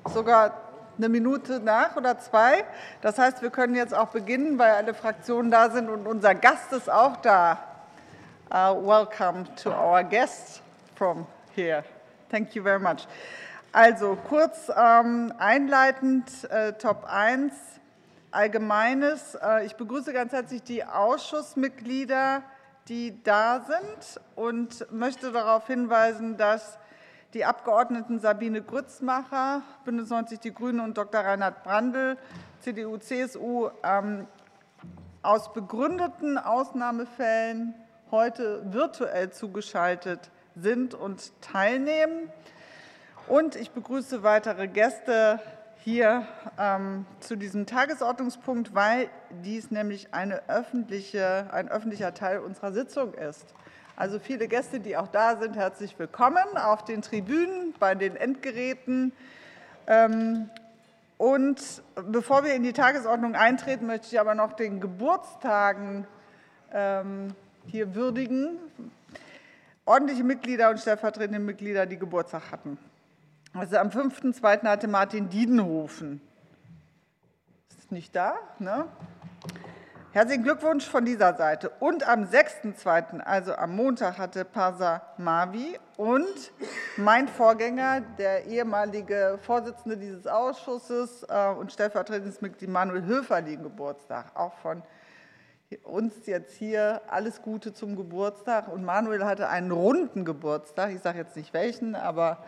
sogar eine Minute nach oder zwei. Das heißt, wir können jetzt auch beginnen, weil alle Fraktionen da sind und unser Gast ist auch da. Welcome to our guest from here. Thank you very much. Also kurz einleitend, Top 1, Allgemeines. Ich begrüße ganz herzlich die Ausschussmitglieder, die da sind, und möchte darauf hinweisen, dass die Abgeordneten Sabine Grützmacher, Bündnis 90 Die Grünen, und Dr. Reinhard Brandl, CDU, CSU, aus begründeten Ausnahmefällen heute virtuell zugeschaltet sind und teilnehmen. Und ich begrüße weitere Gäste hier zu diesem Tagesordnungspunkt, weil dies nämlich ein öffentlicher Teil unserer Sitzung ist. Also viele Gäste, die auch da sind, herzlich willkommen auf den Tribünen, bei den Endgeräten. Und bevor wir in die Tagesordnung eintreten, möchte ich aber noch den Geburtstagen hier würdigen. Ordentliche Mitglieder und stellvertretende Mitglieder, die Geburtstag hatten. Also am 5.2. hatte Martin Diedenhofen. Ist nicht da, ne? Herzlichen Glückwunsch von dieser Seite. Und am 6.2., also am Montag, hatte Parsa Mavi und mein Vorgänger, der ehemalige Vorsitzende dieses Ausschusses und stellvertretendes Mitglied Manuel Höferlin, Geburtstag. Auch von uns jetzt hier alles Gute zum Geburtstag. Und Manuel hatte einen runden Geburtstag. Ich sage jetzt nicht welchen, aber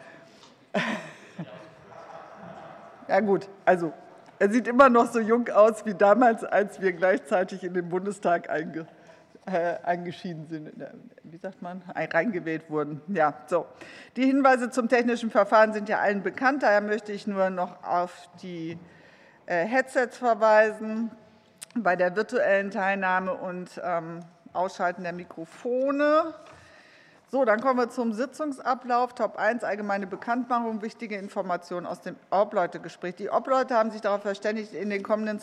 ja gut, also er sieht immer noch so jung aus wie damals, als wir gleichzeitig in den Bundestag eingeschieden sind. Wie sagt man? Reingewählt wurden. Ja, so. Die Hinweise zum technischen Verfahren sind ja allen bekannt. Daher möchte ich nur noch auf die Headsets verweisen bei der virtuellen Teilnahme und Ausschalten der Mikrofone. So, dann kommen wir zum Sitzungsablauf. Top 1, allgemeine Bekanntmachung, wichtige Informationen aus dem Obleute-Gespräch. Die Obleute haben sich darauf verständigt, in den kommenden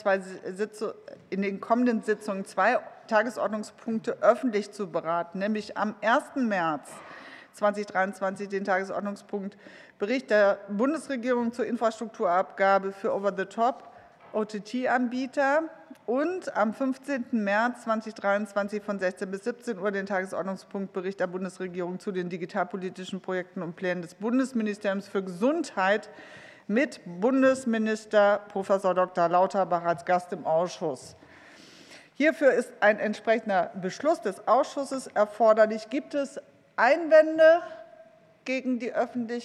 Sitzungen 2 Tagesordnungspunkte öffentlich zu beraten, nämlich am 1. März 2023 den Tagesordnungspunkt Bericht der Bundesregierung zur Infrastrukturabgabe für Over-the-Top OTT-Anbieter und am 15. März 2023 von 16 bis 17 Uhr den Tagesordnungspunkt Bericht der Bundesregierung zu den digitalpolitischen Projekten und Plänen des Bundesministeriums für Gesundheit mit Bundesminister Prof. Dr. Lauterbach als Gast im Ausschuss. Hierfür ist ein entsprechender Beschluss des Ausschusses erforderlich. Gibt es Einwände gegen die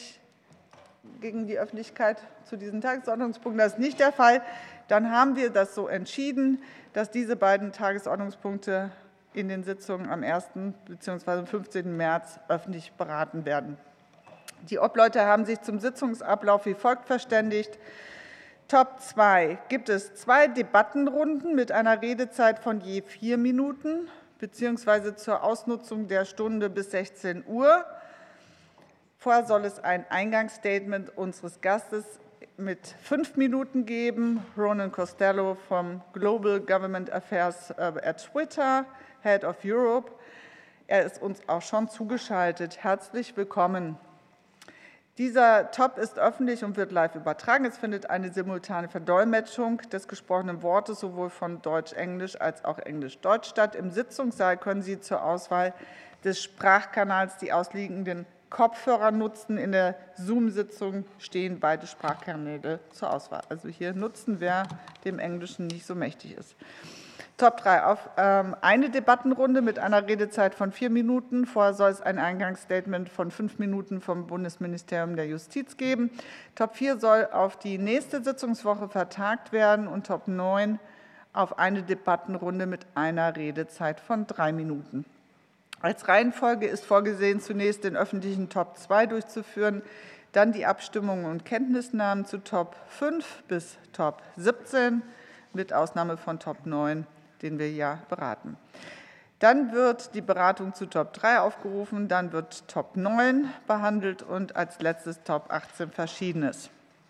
Öffentlichkeit zu diesem Tagesordnungspunkt? Das ist nicht der Fall. Dann haben wir das so entschieden, dass diese beiden Tagesordnungspunkte in den Sitzungen am 1. bzw. am 15. März öffentlich beraten werden. Die Obleute haben sich zum Sitzungsablauf wie folgt verständigt. Top 2 gibt es 2 Debattenrunden mit einer Redezeit von je 4 Minuten bzw. zur Ausnutzung der Stunde bis 16 Uhr. Vorher soll es ein Eingangsstatement unseres Gastes mit 5 Minuten geben. Ronan Costello vom Global Government Affairs at Twitter, Head of Europe. Er ist uns auch schon zugeschaltet. Herzlich willkommen. Dieser Top ist öffentlich und wird live übertragen. Es findet eine simultane Verdolmetschung des gesprochenen Wortes sowohl von Deutsch-Englisch als auch Englisch-Deutsch statt. Im Sitzungssaal können Sie zur Auswahl des Sprachkanals die ausliegenden Kopfhörer nutzen. In der Zoom-Sitzung stehen beide Sprachkanäle zur Auswahl. Also hier nutzen, wer dem Englischen nicht so mächtig ist. Top 3 auf eine Debattenrunde mit einer Redezeit von 4 Minuten. Vorher soll es ein Eingangsstatement von 5 Minuten vom Bundesministerium der Justiz geben. Top 4 soll auf die nächste Sitzungswoche vertagt werden und Top 9 auf eine Debattenrunde mit einer Redezeit von 3 Minuten. Als Reihenfolge ist vorgesehen, zunächst den öffentlichen Top 2 durchzuführen, dann die Abstimmungen und Kenntnisnahmen zu Top 5 bis Top 17, mit Ausnahme von Top 9, den wir ja beraten. Dann wird die Beratung zu Top 3 aufgerufen, dann wird Top 9 behandelt und als letztes Top 18 Verschiedenes.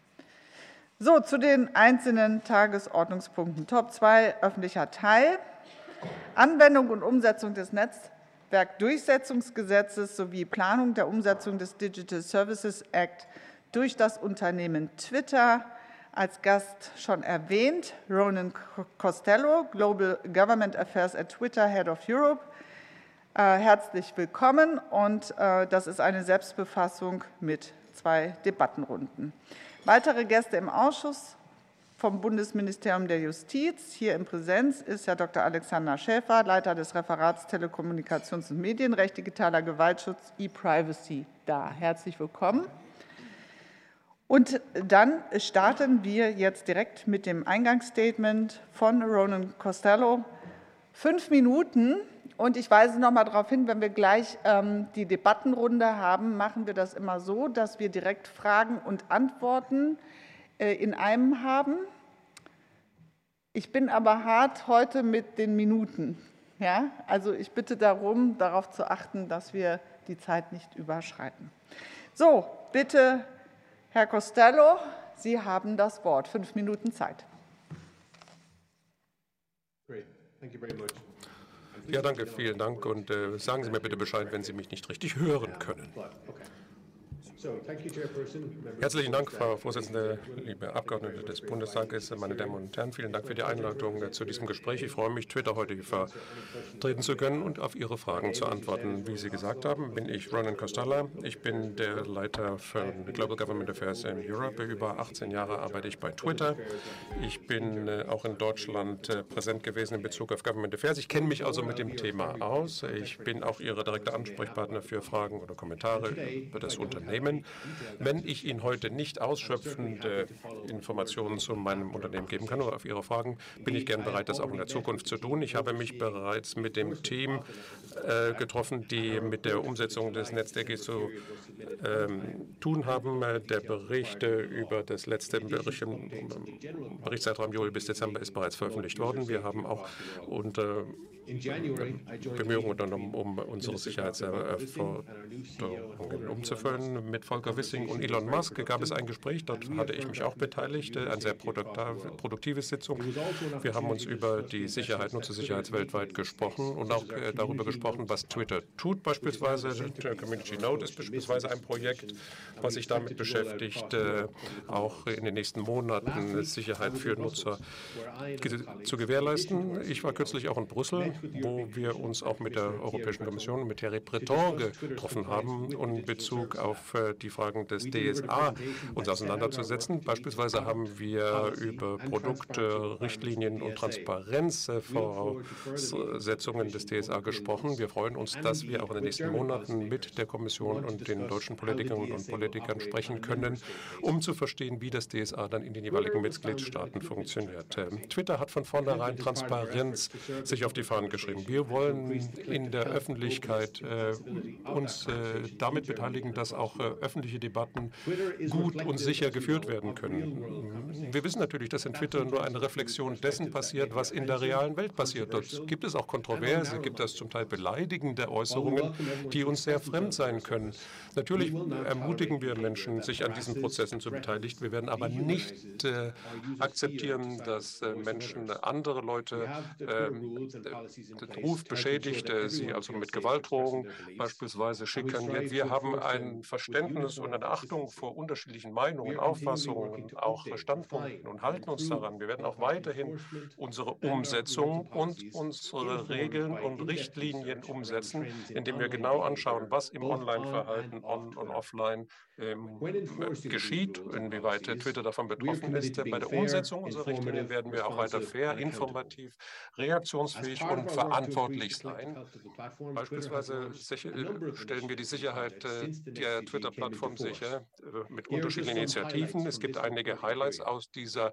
So, zu den einzelnen Tagesordnungspunkten. Top 2, öffentlicher Teil, Anwendung und Umsetzung des Netzwerkdurchsetzungsgesetzes sowie Planung der Umsetzung des Digital Services Act durch das Unternehmen Twitter. Als Gast schon erwähnt, Ronan Costello, Global Government Affairs at Twitter, Head of Europe. Herzlich willkommen, und das ist eine Selbstbefassung mit 2 Debattenrunden. Weitere Gäste im Ausschuss vom Bundesministerium der Justiz hier in Präsenz ist Herr Dr. Alexander Schäfer, Leiter des Referats Telekommunikations- und Medienrecht, digitaler Gewaltschutz, E-Privacy, da. Herzlich willkommen. Und dann starten wir jetzt direkt mit dem Eingangsstatement von Ronan Costello. 5 Minuten. Und ich weise noch mal darauf hin, wenn wir gleich die Debattenrunde haben, machen wir das immer so, dass wir direkt Fragen und Antworten in einem haben. Ich bin aber hart heute mit den Minuten. Ja? Also ich bitte darum, darauf zu achten, dass wir die Zeit nicht überschreiten. So, bitte, Herr Costello, Sie haben das Wort. 5 Minuten Zeit. Ja, danke, vielen Dank. Und sagen Sie mir bitte Bescheid, wenn Sie mich nicht richtig hören können. Herzlichen Dank, Frau Vorsitzende, liebe Abgeordnete des Bundestages, meine Damen und Herren. Vielen Dank für die Einladung zu diesem Gespräch. Ich freue mich, Twitter heute vertreten zu können und auf Ihre Fragen zu antworten. Wie Sie gesagt haben, bin ich Ronan Costello. Ich bin der Leiter für Global Government Affairs in Europe. Über 18 Jahre arbeite ich bei Twitter. Ich bin auch in Deutschland präsent gewesen in Bezug auf Government Affairs. Ich kenne mich also mit dem Thema aus. Ich bin auch Ihre direkte Ansprechpartner für Fragen oder Kommentare über das Unternehmen. Wenn ich Ihnen heute nicht ausschöpfende Informationen zu meinem Unternehmen geben kann oder auf Ihre Fragen, bin ich gern bereit, das auch in der Zukunft zu tun. Ich habe mich bereits mit dem Team getroffen, die mit der Umsetzung des NetzDG zu tun haben. Der Bericht über das letzte Berichtszeitraum Juli bis Dezember ist bereits veröffentlicht worden. Wir haben auch unter Bemühungen unternommen, um unsere Sicherheitsanforderungen umzufüllen. Mit Volker Wissing und Elon Musk gab es ein Gespräch, dort hatte ich mich auch beteiligt, eine sehr produktive Sitzung. Wir haben uns über die Sicherheit, Nutzersicherheit weltweit gesprochen und auch darüber gesprochen, was Twitter tut. Beispielsweise Community Note ist beispielsweise ein Projekt, was sich damit beschäftigt, auch in den nächsten Monaten Sicherheit für Nutzer zu gewährleisten. Ich war kürzlich auch in Brüssel, wo wir uns auch mit der Europäischen Kommission, mit Thierry Breton getroffen haben, und in Bezug auf die Fragen des DSA uns auseinanderzusetzen. Beispielsweise haben wir über Produktrichtlinien und Transparenzvoraussetzungen des DSA gesprochen. Wir freuen uns, dass wir auch in den nächsten Monaten mit der Kommission und den deutschen Politikerinnen und Politikern sprechen können, um zu verstehen, wie das DSA dann in den jeweiligen Mitgliedstaaten funktioniert. Twitter hat von vornherein Transparenz sich auf die Fahnen geschrieben. Wir wollen in der Öffentlichkeit uns damit beteiligen, dass auch öffentliche Debatten gut und sicher geführt werden können. Wir wissen natürlich, dass in Twitter nur eine Reflexion dessen passiert, was in der realen Welt passiert. Dort gibt es auch Kontroverse, gibt es zum Teil beleidigende Äußerungen, die uns sehr fremd sein können. Natürlich ermutigen wir Menschen, sich an diesen Prozessen zu beteiligen. Wir werden aber nicht akzeptieren, dass Menschen andere Leute den Ruf beschädigt, sie also mit Gewaltdrohungen beispielsweise schikaniert. Wir haben ein Verständnis und eine Achtung vor unterschiedlichen Meinungen, Auffassungen, auch Standpunkten und halten uns daran. Wir werden auch weiterhin unsere Umsetzung und unsere Regeln und Richtlinien umsetzen, indem wir genau anschauen, was im Online-Verhalten on- und offline geschieht, inwieweit Twitter davon betroffen ist. Bei der Umsetzung unserer Richtlinien werden wir auch weiter fair, informativ, reaktionsfähig und verantwortlich sein. Beispielsweise stellen wir die Sicherheit der Twitter-Plattform sicher mit unterschiedlichen Initiativen. Es gibt einige Highlights aus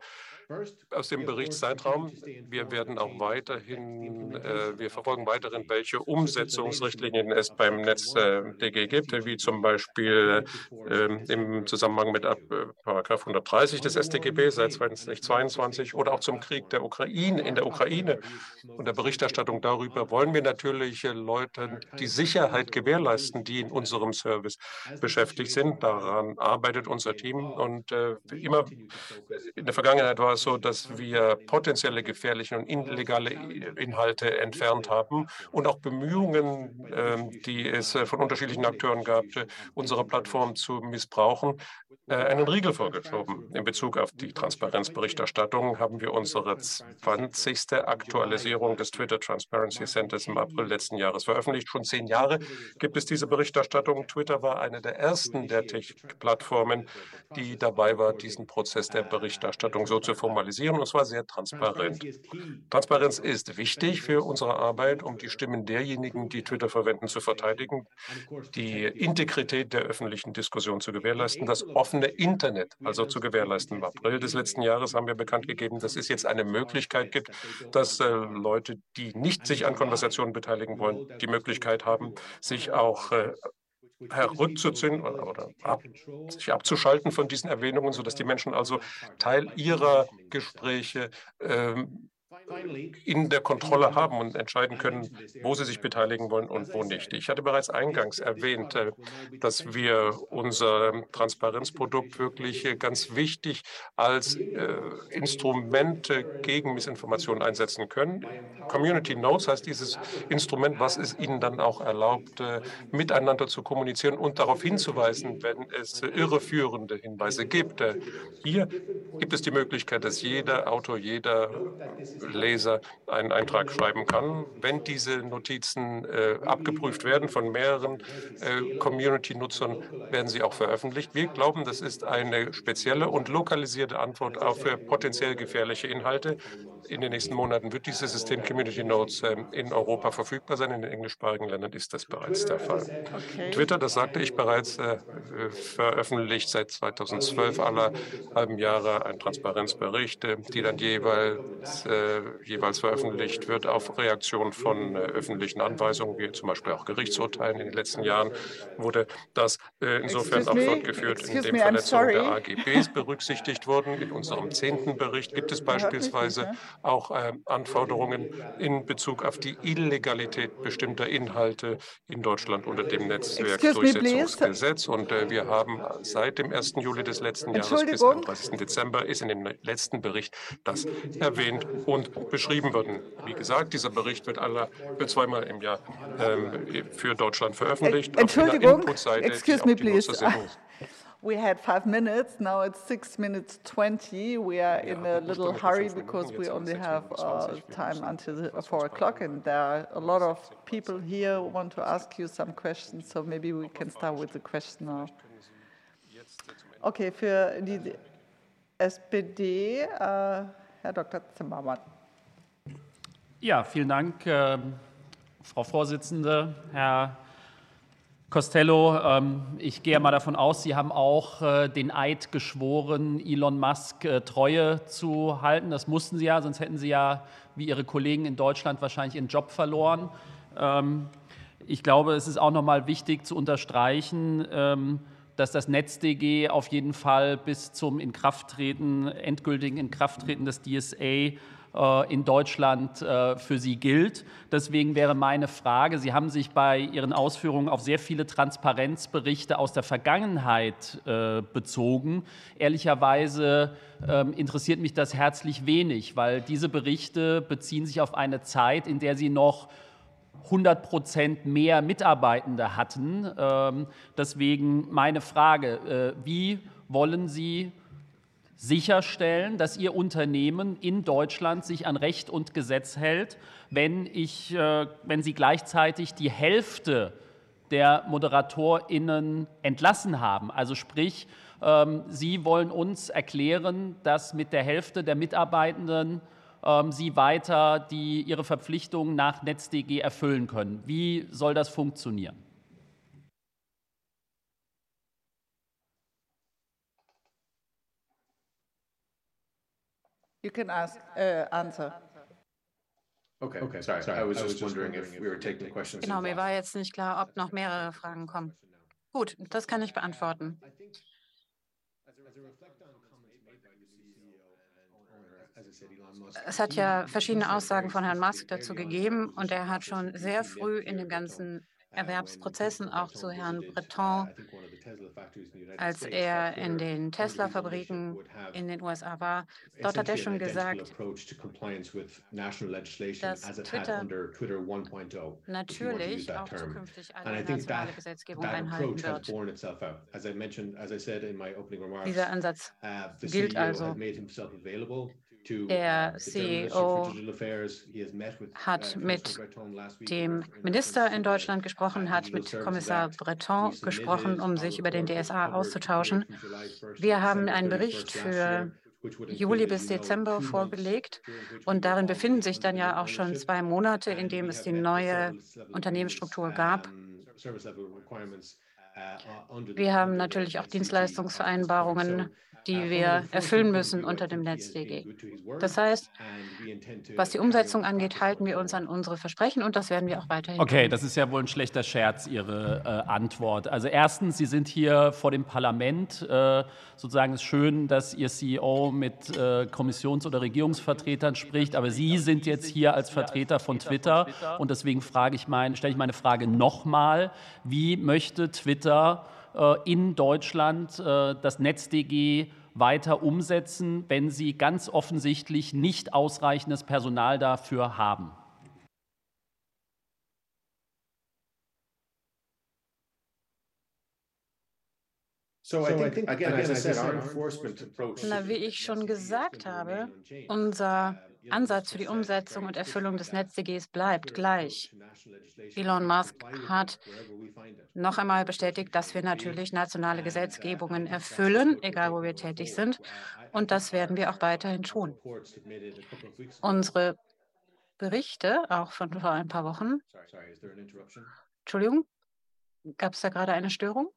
dem Berichtszeitraum. Wir werden auch weiterhin, wir verfolgen weiterhin, welche Umsetzungsrichtlinien es beim NetzDG gibt, wie zum Beispiel im Zusammenhang mit Paragraph 130 des StGB seit 2022 oder auch zum Krieg in der Ukraine und der Berichterstattung darüber wollen wir natürlich Leuten die Sicherheit gewährleisten, die in unserem Service beschäftigt sind. Daran arbeitet unser Team und immer in der Vergangenheit war es so, dass wir potenzielle gefährliche und illegale Inhalte entfernt haben und auch Bemühungen, die es von unterschiedlichen Akteuren gab, unsere Plattform zu missbrauchen, einen Riegel vorgeschoben. In Bezug auf die Transparenzberichterstattung haben wir unsere 20. Aktualisierung des Twitter Transparency Centers im April letzten Jahres veröffentlicht. Schon 10 Jahre gibt es diese Berichterstattung. Twitter war eine der ersten der Tech-Plattformen, die dabei war, diesen Prozess der Berichterstattung so zu formalisieren, und zwar sehr transparent. Transparenz ist wichtig für unsere Arbeit, um die Stimmen derjenigen, die Twitter verwenden, zu verteidigen, die Integrität der öffentlichen Diskussion zu gewährleisten, das offene Internet also zu gewährleisten. Im April des letzten Jahres haben wir bekannt gegeben, dass es jetzt eine Möglichkeit gibt, dass Leute, die nicht sich an Konversationen beteiligen wollen, die Möglichkeit haben, sich auch herückzuziehen oder sich abzuschalten von diesen Erwähnungen, sodass die Menschen also Teil ihrer Gespräche in der Kontrolle haben und entscheiden können, wo sie sich beteiligen wollen und wo nicht. Ich hatte bereits eingangs erwähnt, dass wir unser Transparenzprodukt wirklich ganz wichtig als Instrument gegen Missinformation einsetzen können. Community Notes heißt dieses Instrument, was es ihnen dann auch erlaubt, miteinander zu kommunizieren und darauf hinzuweisen, wenn es irreführende Hinweise gibt. Hier gibt es die Möglichkeit, dass jeder Autor, jeder Leser einen Eintrag schreiben kann. Wenn diese Notizen abgeprüft werden von mehreren Community-Nutzern, werden sie auch veröffentlicht. Wir glauben, das ist eine spezielle und lokalisierte Antwort auf potenziell gefährliche Inhalte. In den nächsten Monaten wird dieses System Community Notes in Europa verfügbar sein. In den englischsprachigen Ländern ist das bereits der Fall. Okay. Twitter, das sagte ich bereits, veröffentlicht seit 2012 alle halben Jahre einen Transparenzbericht, die dann jeweils veröffentlicht wird auf Reaktion von öffentlichen Anweisungen, wie zum Beispiel auch Gerichtsurteilen. In den letzten Jahren wurde das insofern auch fortgeführt, indem Verletzungen der AGBs berücksichtigt wurden. In unserem 10. Bericht gibt es beispielsweise auch Anforderungen in Bezug auf die Illegalität bestimmter Inhalte in Deutschland unter dem Netzwerkdurchsetzungsgesetz. Und wir haben seit dem 1. Juli des letzten Jahres bis am 30. Dezember ist in dem letzten Bericht das erwähnt und beschrieben worden. Wie gesagt, dieser Bericht wird zweimal im Jahr für Deutschland veröffentlicht. Entschuldigung, excuse me please. We had 5 minutes, now it's 6 minutes 20. We are in a little hurry because we only have time until 4 o'clock, and there are a lot of people here who want to ask you some questions, so maybe we can start with the question now. Okay, für die SPD, Herr Dr. Zimmermann. Ja, vielen Dank, Frau Vorsitzende, Herr Costello. Ich gehe mal davon aus, Sie haben auch den Eid geschworen, Elon Musk Treue zu halten. Das mussten Sie ja, sonst hätten Sie ja wie Ihre Kollegen in Deutschland wahrscheinlich Ihren Job verloren. Ich glaube, es ist auch noch mal wichtig zu unterstreichen, dass das NetzDG auf jeden Fall bis zum endgültigen Inkrafttreten des DSA in Deutschland für Sie gilt. Deswegen wäre meine Frage, Sie haben sich bei Ihren Ausführungen auf sehr viele Transparenzberichte aus der Vergangenheit bezogen. Ehrlicherweise interessiert mich das herzlich wenig, weil diese Berichte beziehen sich auf eine Zeit, in der Sie noch 100% mehr Mitarbeitende hatten. Deswegen meine Frage, wie wollen Sie sicherstellen, dass Ihr Unternehmen in Deutschland sich an Recht und Gesetz hält, wenn Sie gleichzeitig die Hälfte der ModeratorInnen entlassen haben? Also sprich, Sie wollen uns erklären, dass mit der Hälfte der Mitarbeitenden Sie weiter Ihre Verpflichtungen nach NetzDG erfüllen können. Wie soll das funktionieren? You can answer. Okay, sorry. I was just wondering if we were taking questions. Genau, mir war jetzt nicht klar, ob noch mehrere Fragen kommen. Gut, das kann ich beantworten. Es hat ja verschiedene Aussagen von Herrn Musk dazu gegeben und er hat schon sehr früh in dem ganzen Erwerbsprozessen, auch zu Herrn Breton, als er in den Tesla-Fabriken in den USA war. Dort hat er schon gesagt, dass Twitter natürlich auch zukünftig alle nationale Gesetzgebung einhalten wird. Dieser Ansatz gilt also. Der CEO hat mit dem Minister in Deutschland gesprochen, hat mit Kommissar Breton gesprochen, um sich über den DSA auszutauschen. Wir haben einen Bericht für Juli bis Dezember vorgelegt und darin befinden sich dann ja auch schon 2 Monate, in dem es die neue Unternehmensstruktur gab. Wir haben natürlich auch Dienstleistungsvereinbarungen, die wir erfüllen müssen unter dem NetzDG. Das heißt, was die Umsetzung angeht, halten wir uns an unsere Versprechen und das werden wir auch weiterhin tun. Okay, das ist ja wohl ein schlechter Scherz, Ihre Antwort. Also erstens, Sie sind hier vor dem Parlament. Sozusagen ist schön, dass Ihr CEO mit Kommissions- oder Regierungsvertretern spricht, aber Sie sind jetzt hier als Vertreter von Twitter und deswegen stelle ich meine Frage nochmal. Wie möchte Twitter in Deutschland das NetzDG weiter umsetzen, wenn sie ganz offensichtlich nicht ausreichendes Personal dafür haben? Wie ich schon gesagt habe, unser Ansatz für die Umsetzung und Erfüllung des NetzDGs bleibt gleich. Elon Musk hat noch einmal bestätigt, dass wir natürlich nationale Gesetzgebungen erfüllen, egal wo wir tätig sind. Und das werden wir auch weiterhin tun. Unsere Berichte, auch von vor ein paar Wochen. Entschuldigung, gab es da gerade eine Störung?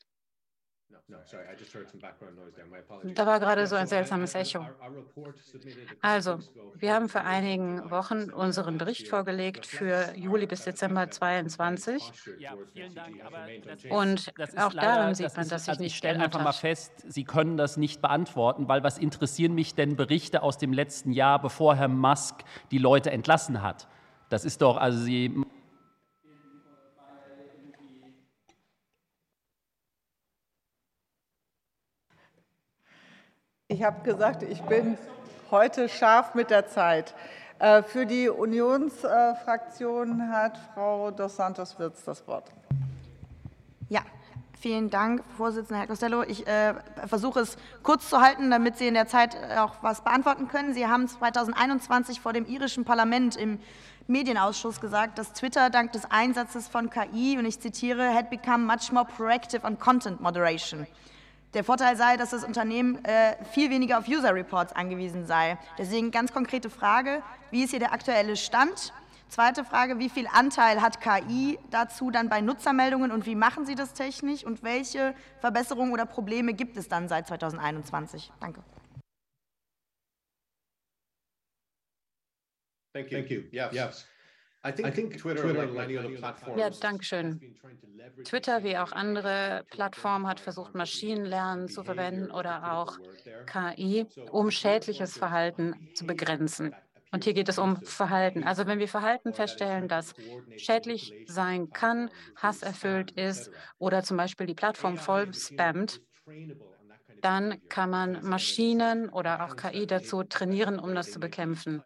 Da war gerade so ein seltsames Echo. Also, wir haben vor einigen Wochen unseren Bericht vorgelegt für Juli bis Dezember 2022. Ja, vielen Dank. Und auch darin sieht man, dass sich nicht geändert hat. Ich stelle einfach mal fest, Sie können das nicht beantworten, weil was interessieren mich denn Berichte aus dem letzten Jahr, bevor Herr Musk die Leute entlassen hat? Das ist doch, also Sie... Ich habe gesagt, ich bin heute scharf mit der Zeit. Für die Unionsfraktion hat Frau dos Santos-Wirz das Wort. Ja, vielen Dank, Vorsitzender Herr Costello. Ich versuche es kurz zu halten, damit Sie in der Zeit auch was beantworten können. Sie haben 2021 vor dem irischen Parlament im Medienausschuss gesagt, dass Twitter dank des Einsatzes von KI, und ich zitiere, had become much more proactive on content moderation. Der Vorteil sei, dass das Unternehmen viel weniger auf User-Reports angewiesen sei. Deswegen ganz konkrete Frage, wie ist hier der aktuelle Stand? Zweite Frage, wie viel Anteil hat KI dazu dann bei Nutzermeldungen und wie machen Sie das technisch und welche Verbesserungen oder Probleme gibt es dann seit 2021? Danke. Thank you. Yes. I think Twitter, like many other platforms, ja, danke schön. Twitter wie auch andere Plattformen hat versucht, Maschinenlernen zu verwenden oder auch KI, um schädliches Verhalten zu begrenzen. Und hier geht es um Verhalten. Also wenn wir Verhalten feststellen, das schädlich sein kann, hasserfüllt ist oder zum Beispiel die Plattform voll spammt, dann kann man Maschinen oder auch KI dazu trainieren, um das zu bekämpfen.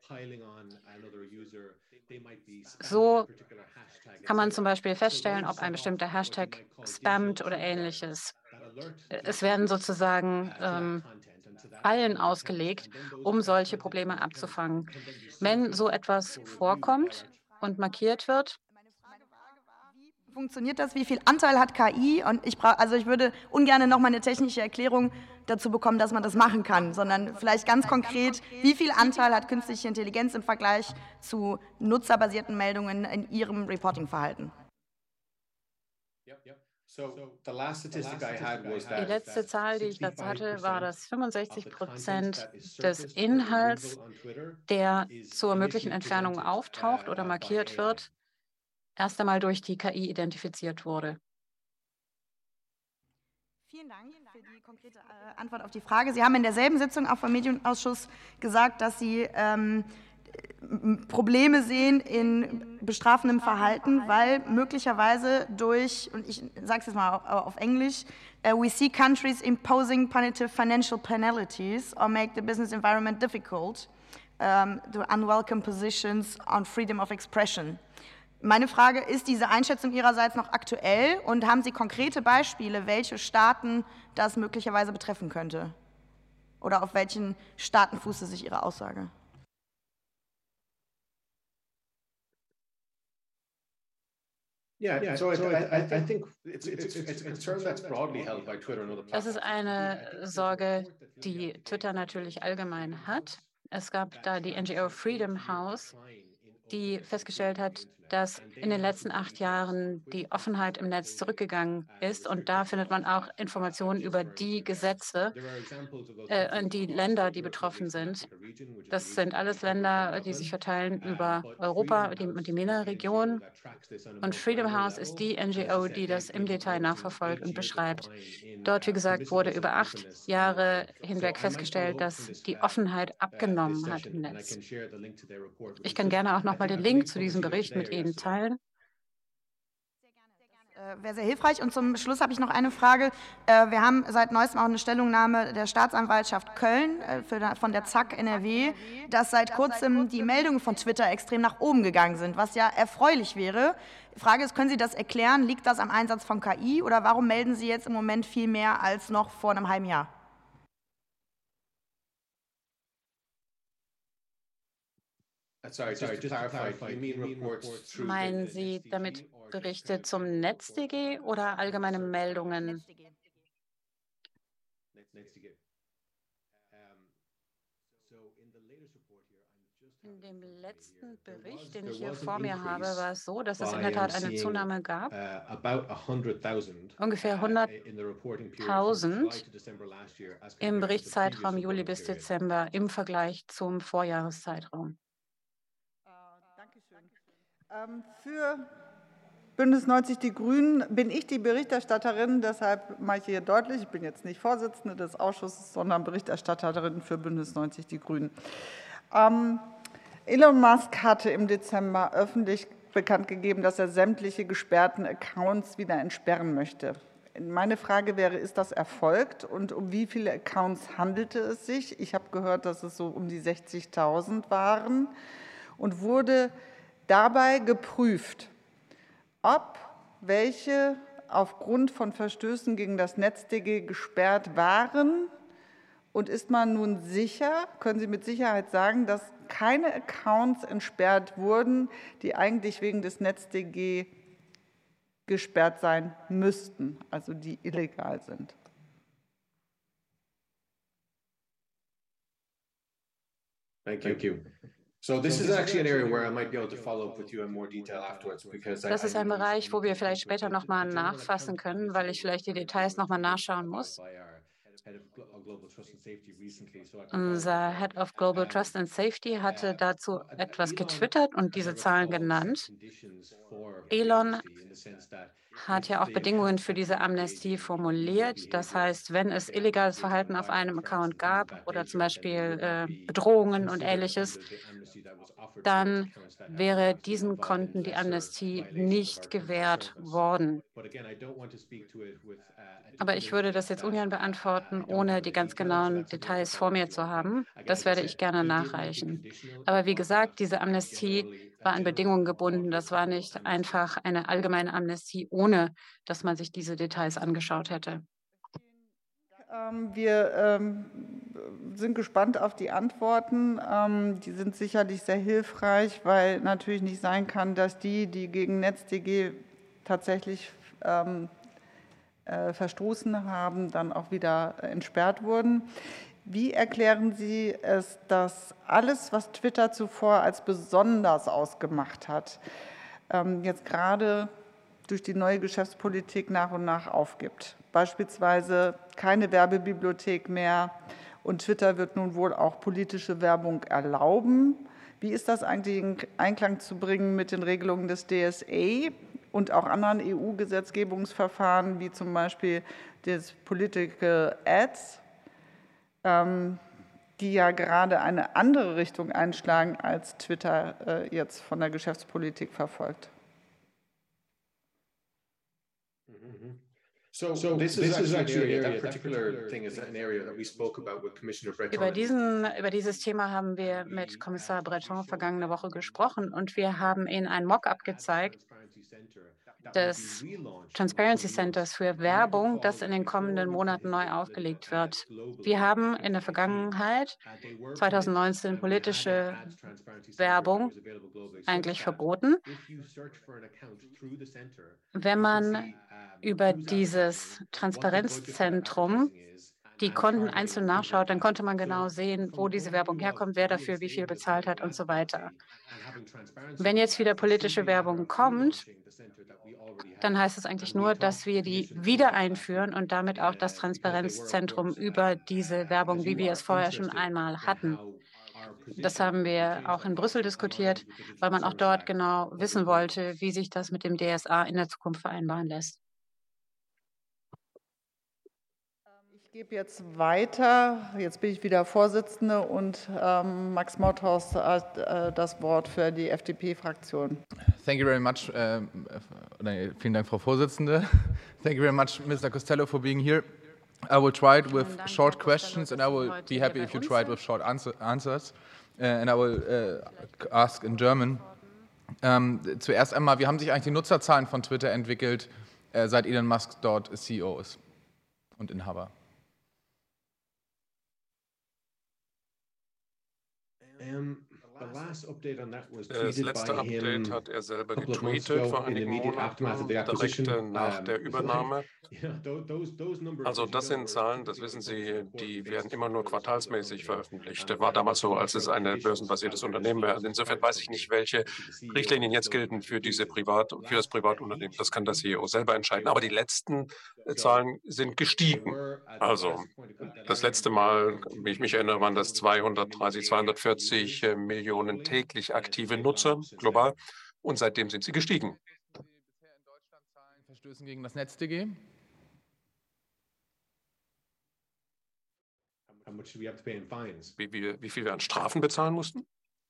So kann man zum Beispiel feststellen, ob ein bestimmter Hashtag spammt oder Ähnliches. Es werden sozusagen Fallen ausgelegt, um solche Probleme abzufangen. Wenn so etwas vorkommt und markiert wird, funktioniert das? Wie viel Anteil hat KI? Und ich würde ungern noch mal eine technische Erklärung dazu bekommen, dass man das machen kann, sondern vielleicht ganz konkret, wie viel Anteil hat künstliche Intelligenz im Vergleich zu nutzerbasierten Meldungen in Ihrem Reporting-Verhalten? Die letzte Zahl, die ich dazu hatte, war, dass 65% des Inhalts, der zur möglichen Entfernung auftaucht oder markiert wird, erst einmal durch die KI identifiziert wurde. Vielen Dank für die konkrete Antwort auf die Frage. Sie haben in derselben Sitzung auch vom Medienausschuss gesagt, dass Sie Probleme sehen in bestrafendem Verhalten, weil möglicherweise durch, und ich sage es jetzt mal auf Englisch, we see countries imposing punitive financial penalties or make the business environment difficult, to unwelcome positions on freedom of expression. Meine Frage, ist diese Einschätzung Ihrerseits noch aktuell und haben Sie konkrete Beispiele, welche Staaten das möglicherweise betreffen könnte? Oder auf welchen Staaten fußte sich Ihre Aussage? Das ist eine Sorge, die Twitter natürlich allgemein hat. Es gab da die NGO Freedom House, die festgestellt hat, dass in den letzten 8 Jahren die Offenheit im Netz zurückgegangen ist. Und da findet man auch Informationen über die Gesetze und die Länder, die betroffen sind. Das sind alles Länder, die sich verteilen über Europa und die MENA-Region. Und Freedom House ist die NGO, die das im Detail nachverfolgt und beschreibt. Dort, wie gesagt, wurde über 8 Jahre hinweg festgestellt, dass die Offenheit abgenommen hat im Netz. Ich kann gerne auch noch mal den Link zu diesem Bericht mit Ihnen teilen. Wäre sehr hilfreich. Und zum Schluss habe ich noch eine Frage. Wir haben seit neuestem auch eine Stellungnahme der Staatsanwaltschaft Köln von der ZAK NRW, dass seit kurzem die Meldungen von Twitter extrem nach oben gegangen sind, was ja erfreulich wäre. Die Frage ist, können Sie das erklären? Liegt das am Einsatz von KI oder warum melden Sie jetzt im Moment viel mehr als noch vor einem halben Jahr? Meinen Sie damit Berichte zum NetzDG oder allgemeine Meldungen? In dem letzten Bericht, den ich hier vor mir habe, war es so, dass es in der Tat eine Zunahme gab, ungefähr 100.000 im Berichtszeitraum Juli bis Dezember im Vergleich zum Vorjahreszeitraum. Für Bündnis 90 Die Grünen bin ich die Berichterstatterin, deshalb mache ich hier deutlich, ich bin jetzt nicht Vorsitzende des Ausschusses, sondern Berichterstatterin für Bündnis 90 Die Grünen. Elon Musk hatte im Dezember öffentlich bekannt gegeben, dass er sämtliche gesperrten Accounts wieder entsperren möchte. Meine Frage wäre, ist das erfolgt und um wie viele Accounts handelte es sich? Ich habe gehört, dass es so um die 60.000 waren und wurde dabei geprüft, ob welche aufgrund von Verstößen gegen das NetzDG gesperrt waren. Und ist man nun sicher, können Sie mit Sicherheit sagen, dass keine Accounts entsperrt wurden, die eigentlich wegen des NetzDG gesperrt sein müssten, also die illegal sind? Thank you. Das ist ein Bereich, wo wir vielleicht später noch mal nachfassen können, weil ich vielleicht die Details noch mal nachschauen muss. Unser Head of Global Trust and Safety hatte dazu etwas getwittert und diese Zahlen genannt. Elon hat ja auch Bedingungen für diese Amnestie formuliert. Das heißt, wenn es illegales Verhalten auf einem Account gab oder zum Beispiel Bedrohungen und Ähnliches, dann wäre diesen Konten die Amnestie nicht gewährt worden. Aber ich würde das jetzt ungern beantworten, ohne die ganz genauen Details vor mir zu haben. Das werde ich gerne nachreichen. Aber wie gesagt, diese Amnestie war an Bedingungen gebunden. Das war nicht einfach eine allgemeine Amnestie, ohne dass man sich diese Details angeschaut hätte. Wir sind gespannt auf die Antworten. Die sind sicherlich sehr hilfreich, weil natürlich nicht sein kann, dass die gegen NetzDG tatsächlich verstoßen haben, dann auch wieder entsperrt wurden. Wie erklären Sie es, dass alles, was Twitter zuvor als besonders ausgemacht hat, jetzt gerade durch die neue Geschäftspolitik nach und nach aufgibt? Beispielsweise keine Werbebibliothek mehr und Twitter wird nun wohl auch politische Werbung erlauben. Wie ist das eigentlich in Einklang zu bringen mit den Regelungen des DSA und auch anderen EU-Gesetzgebungsverfahren, wie zum Beispiel des Political Ads? die ja gerade eine andere Richtung einschlagen, als Twitter jetzt von der Geschäftspolitik verfolgt. Über dieses Thema haben wir mit Kommissar Breton vergangene Woche gesprochen und wir haben Ihnen ein Mock-up gezeigt des Transparency Centers für Werbung, das in den kommenden Monaten neu aufgelegt wird. Wir haben in der Vergangenheit 2019 politische Werbung eigentlich verboten. Wenn man über dieses Transparenzzentrum die Konten einzeln nachschaut, dann konnte man genau sehen, wo diese Werbung herkommt, wer dafür wie viel bezahlt hat und so weiter. Wenn jetzt wieder politische Werbung kommt, dann heißt es eigentlich nur, dass wir die wieder einführen und damit auch das Transparenzzentrum über diese Werbung, wie wir es vorher schon einmal hatten. Das haben wir auch in Brüssel diskutiert, weil man auch dort genau wissen wollte, wie sich das mit dem DSA in der Zukunft vereinbaren lässt. Ich gebe jetzt weiter. Jetzt bin ich wieder Vorsitzende und Max Mothaus hat das Wort für die FDP-Fraktion. Thank you very much. Vielen Dank, Frau Vorsitzende. Thank you very much, Mr. Costello, for being here. I will try it with short questions, and I will be happy if you try it with short answers. And I will ask in German. Zuerst einmal, wie haben sich eigentlich die Nutzerzahlen von Twitter entwickelt, seit Elon Musk dort CEO ist und Inhaber? Das letzte Update hat er selber getweetet vor einigen Monaten, direkt nach der Übernahme. Also das sind Zahlen, das wissen Sie, die werden immer nur quartalsmäßig veröffentlicht. Das war damals so, als es ein börsenbasiertes Unternehmen war. Also insofern weiß ich nicht, welche Richtlinien jetzt gelten für das Privatunternehmen. Das kann der CEO selber entscheiden. Aber die letzten Zahlen sind gestiegen. Also das letzte Mal, wie ich mich erinnere, waren das 240 Millionen täglich aktive Nutzer global und seitdem sind sie gestiegen. Bisher in Deutschland Zahlen Verstößen gegen das NetzDG? Wie viel wir an Strafen bezahlen mussten?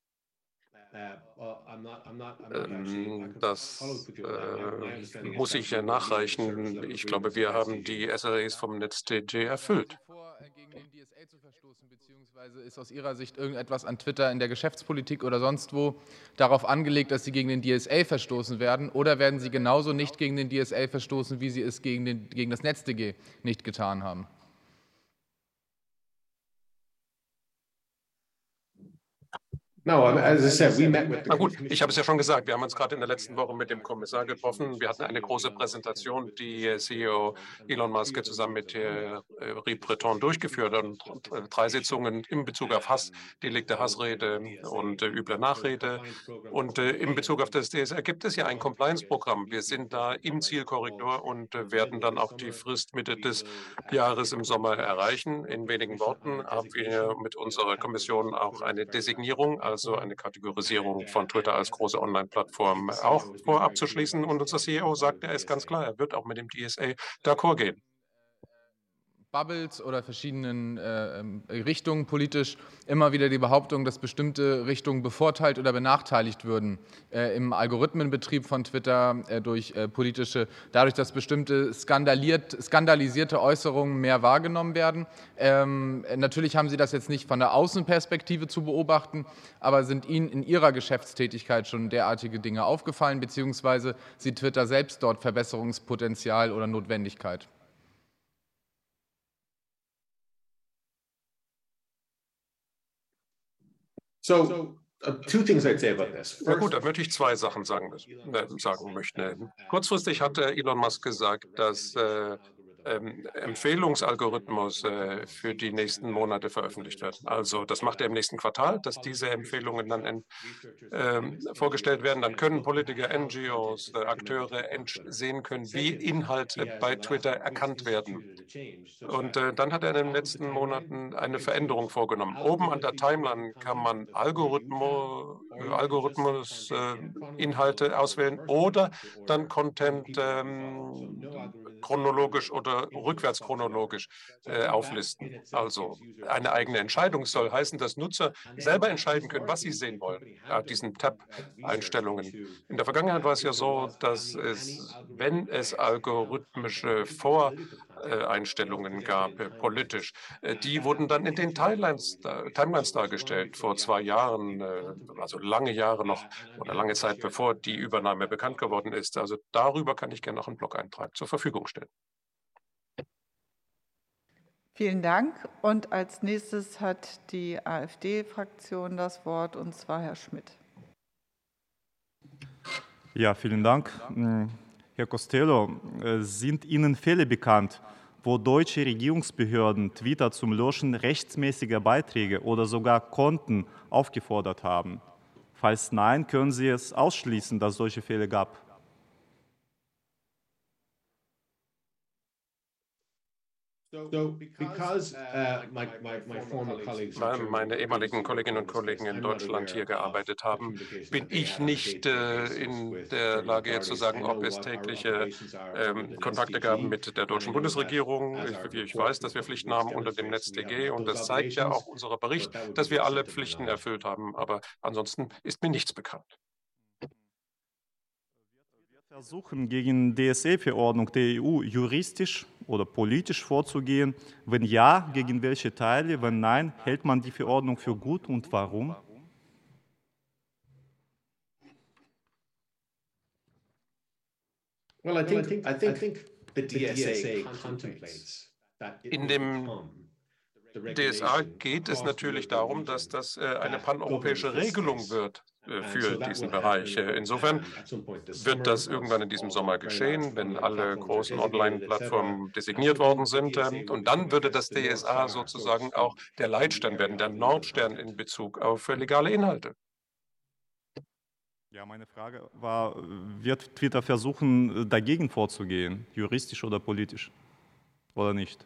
Das muss ich nachreichen. Ich glaube, wir haben die SLAs vom NetzDG erfüllt. Gegen den DSA zu verstoßen, beziehungsweise ist aus Ihrer Sicht irgendetwas an Twitter in der Geschäftspolitik oder sonst wo darauf angelegt, dass Sie gegen den DSA verstoßen werden? Oder werden Sie genauso nicht gegen den DSA verstoßen, wie Sie es gegen das NetzDG nicht getan haben? Na gut, ich habe es ja schon gesagt, wir haben uns gerade in der letzten Woche mit dem Kommissar getroffen. Wir hatten eine große Präsentation, die CEO Elon Musk zusammen mit Thierry Breton durchgeführt hat. Und 3 Sitzungen in Bezug auf Hass, delikte Hassrede und üble Nachrede. Und in Bezug auf das DSA gibt es ja ein Compliance-Programm. Wir sind da im Zielkorridor und werden dann auch die Frist Mitte des Jahres im Sommer erreichen. In wenigen Worten haben wir mit unserer Kommission auch eine Designierung, also eine Kategorisierung von Twitter als große Online-Plattform auch vorabzuschließen. Und unser CEO sagt, er ist ganz klar, er wird auch mit dem DSA d'accord gehen. Bubbles oder verschiedenen Richtungen politisch immer wieder die Behauptung, dass bestimmte Richtungen bevorteilt oder benachteiligt würden im Algorithmenbetrieb von Twitter dadurch, dass bestimmte skandalisierte Äußerungen mehr wahrgenommen werden. Natürlich haben Sie das jetzt nicht von der Außenperspektive zu beobachten, aber sind Ihnen in Ihrer Geschäftstätigkeit schon derartige Dinge aufgefallen, beziehungsweise sieht Twitter selbst dort Verbesserungspotenzial oder Notwendigkeit? Two things I'd say about this. Na gut, da möchte ich 2 Sachen sagen möchten. Kurzfristig hat Elon Musk gesagt, dass Empfehlungsalgorithmus für die nächsten Monate veröffentlicht wird. Also das macht er im nächsten Quartal, dass diese Empfehlungen dann vorgestellt werden. Dann können Politiker, NGOs, Akteure sehen können, wie Inhalte bei Twitter erkannt werden. Und dann hat er in den letzten Monaten eine Veränderung vorgenommen. Oben an der Timeline kann man Algorithmus-Inhalte auswählen oder dann Content chronologisch oder oder rückwärts chronologisch auflisten. Also eine eigene Entscheidung soll heißen, dass Nutzer selber entscheiden können, was sie sehen wollen, diesen Tab-Einstellungen. In der Vergangenheit war es ja so, dass wenn es algorithmische Voreinstellungen gab, politisch, die wurden dann in den Timelines dargestellt. Vor 2 Jahren, also lange Jahre noch oder lange Zeit bevor die Übernahme bekannt geworden ist. Also darüber kann ich gerne noch einen Blog-Eintrag zur Verfügung stellen. Vielen Dank. Und als nächstes hat die AfD-Fraktion das Wort, und zwar Herr Schmidt. Ja, vielen Dank. Herr Costello, sind Ihnen Fälle bekannt, wo deutsche Regierungsbehörden Twitter zum Löschen rechtsmäßiger Beiträge oder sogar Konten aufgefordert haben? Falls nein, können Sie es ausschließen, dass es solche Fälle gab? Weil meine ehemaligen Kolleginnen und Kollegen in Deutschland hier gearbeitet haben, bin ich nicht in der Lage, jetzt zu sagen, ob es tägliche Kontakte gab mit der deutschen Bundesregierung. Ich weiß, dass wir Pflichten haben unter dem NetzDG, und das zeigt ja auch unser Bericht, dass wir alle Pflichten erfüllt haben. Aber ansonsten ist mir nichts bekannt. Versuchen, gegen DSA-Verordnung der EU juristisch oder politisch vorzugehen? Wenn ja, gegen welche Teile? Wenn nein, hält man die Verordnung für gut und warum? In dem DSA geht es natürlich darum, dass das eine paneuropäische Regelung wird für diesen Bereich. Insofern wird das irgendwann in diesem Sommer geschehen, wenn alle großen Online-Plattformen designiert worden sind. Und dann würde das DSA sozusagen auch der Leitstern werden, der Nordstern in Bezug auf legale Inhalte. Ja, meine Frage war, wird Twitter versuchen, dagegen vorzugehen, juristisch oder politisch, oder nicht?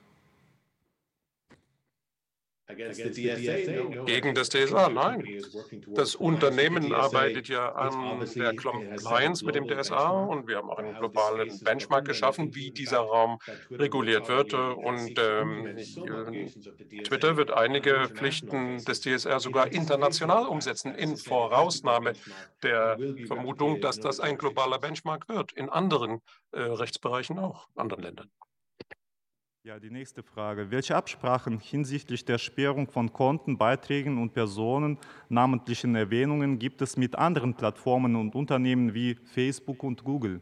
Gegen das DSA? Nein. Das Unternehmen arbeitet ja an der Compliance mit dem DSA, und wir haben auch einen globalen Benchmark geschaffen, wie dieser Raum reguliert wird. Und Twitter wird einige Pflichten des DSA sogar international umsetzen, in Vorausnahme der Vermutung, dass das ein globaler Benchmark wird, in anderen Rechtsbereichen auch, anderen Ländern. Ja, die nächste Frage. Welche Absprachen hinsichtlich der Sperrung von Konten, Beiträgen und Personen, namentlichen Erwähnungen, gibt es mit anderen Plattformen und Unternehmen wie Facebook und Google?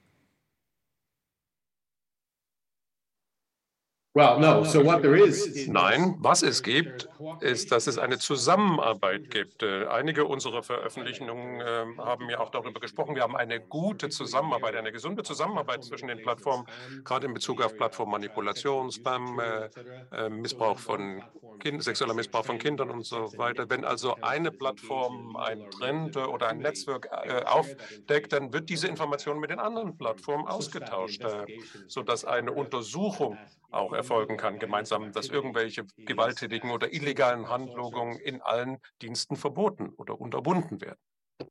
Nein, was es gibt, ist, dass es eine Zusammenarbeit gibt. Einige unserer Veröffentlichungen haben ja auch darüber gesprochen. Wir haben eine gute Zusammenarbeit, eine gesunde Zusammenarbeit zwischen den Plattformen, gerade in Bezug auf Plattformmanipulation, Spam, Missbrauch von sexueller Missbrauch von Kindern und so weiter. Wenn also eine Plattform einen Trend oder ein Netzwerk aufdeckt, dann wird diese Information mit den anderen Plattformen ausgetauscht, sodass eine Untersuchung auch erfolgen kann, gemeinsam, dass irgendwelche gewalttätigen oder illegalen Handlungen in allen Diensten verboten oder unterbunden werden.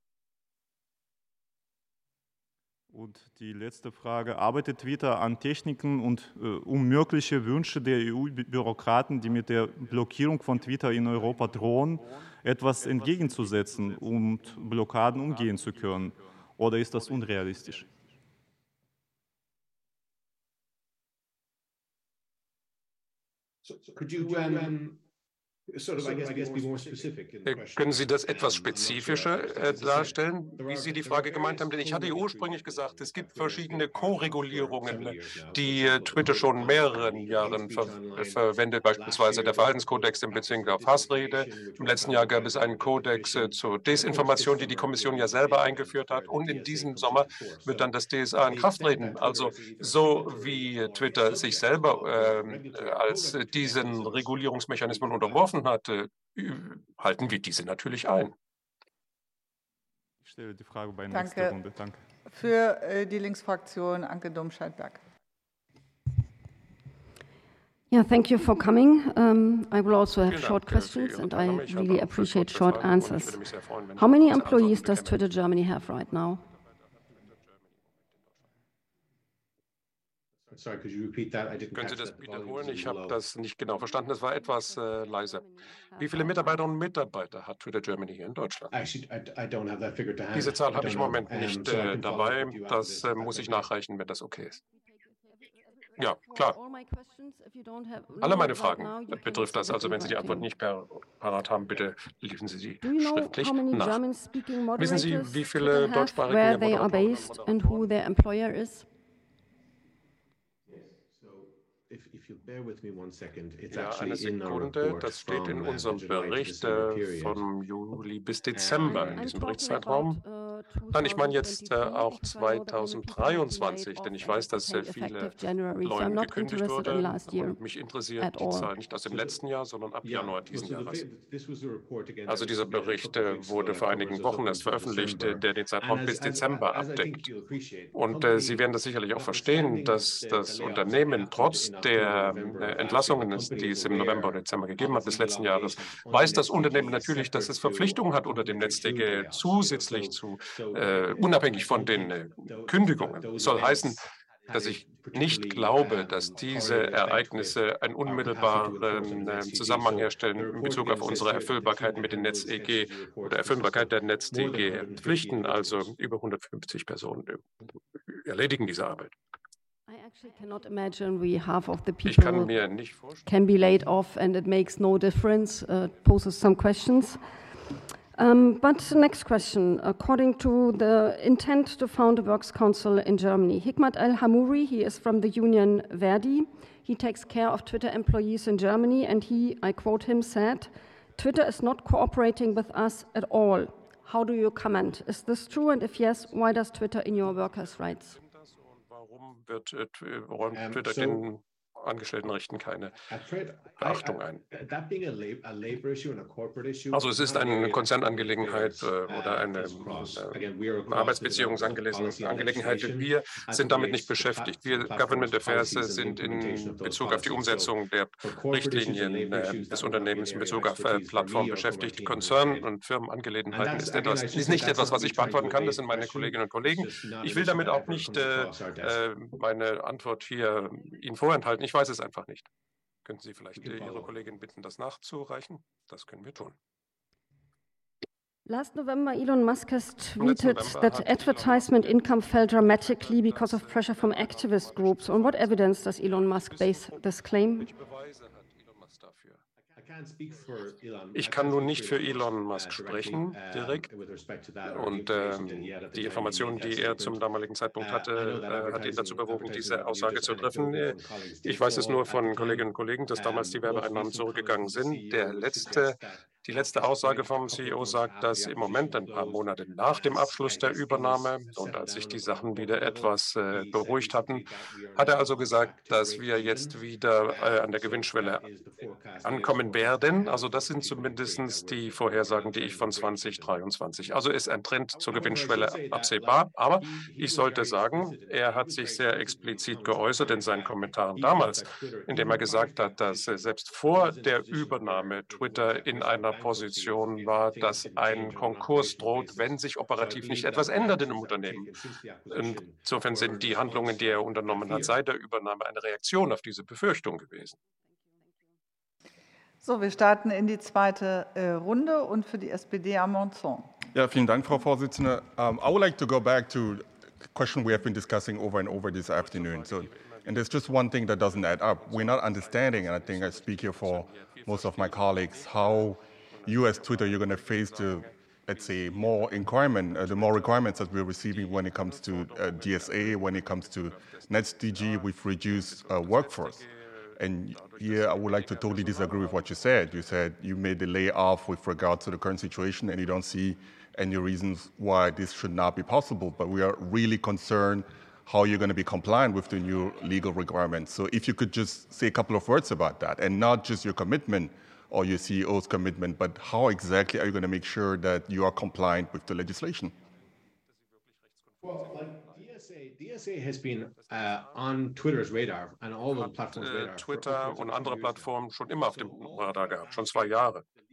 Und die letzte Frage, arbeitet Twitter an Techniken und um mögliche Wünsche der EU-Bürokraten, die mit der Blockierung von Twitter in Europa drohen, etwas entgegenzusetzen, um Blockaden umgehen zu können? Oder ist das unrealistisch? Können Sie das etwas spezifischer darstellen, wie Sie die Frage gemeint haben? Denn ich hatte ursprünglich gesagt, es gibt verschiedene Co-Regulierungen, die Twitter schon in mehreren Jahren verwendet, beispielsweise der Verhaltenskodex in Bezug auf Hassrede. Im letzten Jahr gab es einen Kodex zur Desinformation, die die Kommission ja selber eingeführt hat. Und in diesem Sommer wird dann das DSA in Kraft treten. Also so wie Twitter sich selber als diesen Regulierungsmechanismen unterworfen hat, halten wir diese natürlich ein. Ich stelle die Frage bei der nächsten Runde. Danke. Für die Linksfraktion Anke Domscheit-Berg. Yeah, thank you for coming. I will also have short questions, and I really appreciate short answers. How many employees does Twitter Germany have right now? Können Sie das wiederholen? Ich habe das nicht genau verstanden. Es war etwas leiser. Wie viele Mitarbeiterinnen und Mitarbeiter hat Twitter Germany hier in Deutschland? Diese Zahl habe ich im Moment nicht dabei. Das muss ich nachreichen, wenn das okay ist. Ja, klar. Alle meine Fragen betrifft das. Also wenn Sie die Antwort nicht parat haben, bitte liefern Sie sie schriftlich nach. Wissen Sie, wie viele deutschsprachige Moderatoren Ja, eine Sekunde. Das steht in unserem Bericht vom Juli bis Dezember in diesem Berichtszeitraum. Nein, ich meine jetzt auch 2023, denn ich weiß, dass viele Leuten gekündigt wurde. Und mich interessiert die Zahl nicht aus dem letzten Jahr, sondern ab Januar diesen Jahres. Also dieser Bericht wurde vor einigen Wochen erst veröffentlicht, der den Zeitraum bis Dezember abdeckt. Und Sie werden das sicherlich auch verstehen, dass das Unternehmen trotz der Entlassungen, die es im November und Dezember gegeben hat des letzten Jahres, weiß das Unternehmen natürlich, dass es Verpflichtungen hat unter dem NetzDG zusätzlich zu, unabhängig von den Kündigungen. Soll heißen, dass ich nicht glaube, dass diese Ereignisse einen unmittelbaren Zusammenhang herstellen in Bezug auf unsere Erfüllbarkeit mit den NetzDG oder Erfüllbarkeit der NetzDG-Pflichten. Also über 150 Personen erledigen diese Arbeit. Ich kann mir nicht vorstellen, can be laid off and it makes no difference, poses some questions. But the next question, according to the intent to found a works council in Germany, Hikmat El-Hamouri, he is from the union Verdi. He takes care of Twitter employees in Germany and he, I quote him, said, "Twitter is not cooperating with us at all." How do you comment? Is this true? And if yes, why does Twitter ignore workers' rights? Räumt Twitter den Angestelltenrechten keine Beachtung ein. Also es ist eine Konzernangelegenheit oder eine Arbeitsbeziehungsangelegenheit. Wir sind damit nicht beschäftigt. Wir Government Affairs sind in Bezug auf die Umsetzung der Richtlinien des Unternehmens in Bezug auf Plattformen beschäftigt. Konzern- und Firmenangelegenheiten ist nicht etwas, was ich beantworten kann. Das sind meine Kolleginnen und Kollegen. Ich will damit auch nicht meine Antwort hier Ihnen vorenthalten. Ich weiß es einfach nicht. Könnten Sie vielleicht Ihre Kollegin bitten, das nachzureichen? Das können wir tun. Last November, Elon Musk has tweeted that advertisement income fell dramatically because of pressure from activist groups. On what evidence does Elon Musk base this claim? Ich kann nun nicht für Elon Musk sprechen, direkt. Und die Informationen, die er zum damaligen Zeitpunkt hatte, hat ihn dazu bewogen, diese Aussage zu treffen. Ich weiß es nur von Kolleginnen und Kollegen, dass damals die Werbeeinnahmen zurückgegangen sind. Die letzte Aussage vom CEO sagt, dass im Moment, ein paar Monate nach dem Abschluss der Übernahme und als sich die Sachen wieder etwas beruhigt hatten, hat er also gesagt, dass wir jetzt wieder an der Gewinnschwelle ankommen werden. Also das sind zumindest die Vorhersagen, die ich von 2023. Also ist ein Trend zur Gewinnschwelle absehbar. Aber ich sollte sagen, er hat sich sehr explizit geäußert in seinen Kommentaren damals, indem er gesagt hat, dass selbst vor der Übernahme Twitter in einer Position war, dass ein Konkurs droht, wenn sich operativ nicht etwas ändert in dem Unternehmen. Insofern sind die Handlungen, die er unternommen hat, seit der Übernahme eine Reaktion auf diese Befürchtung gewesen. So, wir starten in die zweite Runde und für die SPD Amonson. Ja, vielen Dank, Frau Vorsitzende. I would like to go back to the question we have been discussing over and over this afternoon. And there's just one thing that doesn't add up. We're not understanding, and I think I speak here for most of my colleagues, how you as Twitter, you're going to face the, let's say, more requirements that we're receiving when it comes to DSA, when it comes to NetzDG, we've reduced workforce. And here I would like to totally disagree with what you said. You said you made the layoff with regard to the current situation and you don't see any reasons why this should not be possible. But we are really concerned how you're going to be compliant with the new legal requirements. So if you could just say a couple of words about that and not just your commitment or your CEO's commitment, but how exactly are you going to make sure that you are compliant with the legislation? Well, like DSA has been on Twitter's radar and all the platforms' radar. Twitter und andere Plattformen schon immer auf dem Radar gehabt, schon 2 Jahre.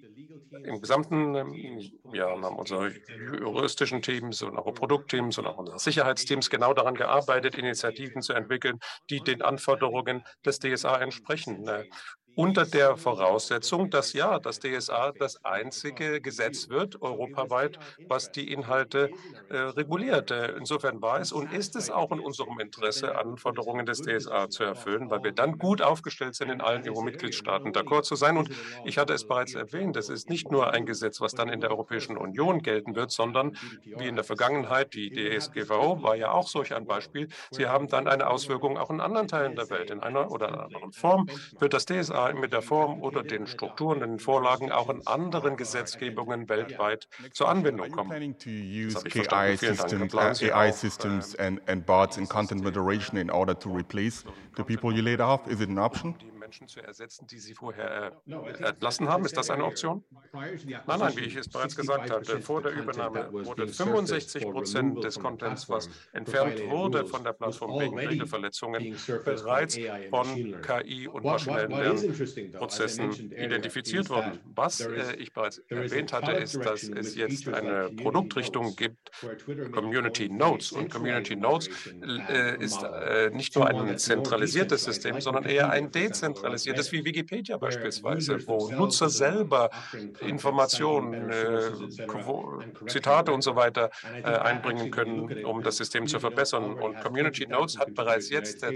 im gesamten haben unsere juristischen Teams und auch Produktteams und auch unsere Sicherheitsteams genau daran gearbeitet, Initiativen zu entwickeln, die den Anforderungen des DSA entsprechen. Unter der Voraussetzung, dass das DSA das einzige Gesetz wird, europaweit, was die Inhalte reguliert. Insofern war es und ist es auch in unserem Interesse, Anforderungen des DSA zu erfüllen, weil wir dann gut aufgestellt sind, in allen EU-Mitgliedstaaten d'accord zu sein. Und ich hatte es bereits erwähnt, es ist nicht nur ein Gesetz, was dann in der Europäischen Union gelten wird, sondern wie in der Vergangenheit, die DSGVO war ja auch solch ein Beispiel. Sie haben dann eine Auswirkung auch in anderen Teilen der Welt. In einer oder anderen Form wird das DSA mit der Form oder den Strukturen, den Vorlagen auch in anderen Gesetzgebungen weltweit zur Anwendung kommen. Das habe ich verstanden. Vielen Dank, Herr Plan. AI systems and bots in content moderation in order to replace the people you laid off? Is it an option? Menschen zu ersetzen, die Sie vorher entlassen haben. Ist das eine Option? Nein, wie ich es bereits gesagt hatte, vor der Übernahme wurde 65% des Contents, was entfernt wurde von der Plattform wegen Regelverletzungen, bereits von KI und maschinellen Lernprozessen identifiziert worden. Was ich bereits erwähnt hatte, ist, dass es jetzt eine Produktrichtung gibt, Community Nodes. Und Community Nodes ist nicht nur ein zentralisiertes System, sondern eher ein dezentralisiertes, wie Wikipedia beispielsweise, wo Nutzer selber Informationen, Zitate und so weiter einbringen können, um das System zu verbessern. Und Community Notes hat bereits jetzt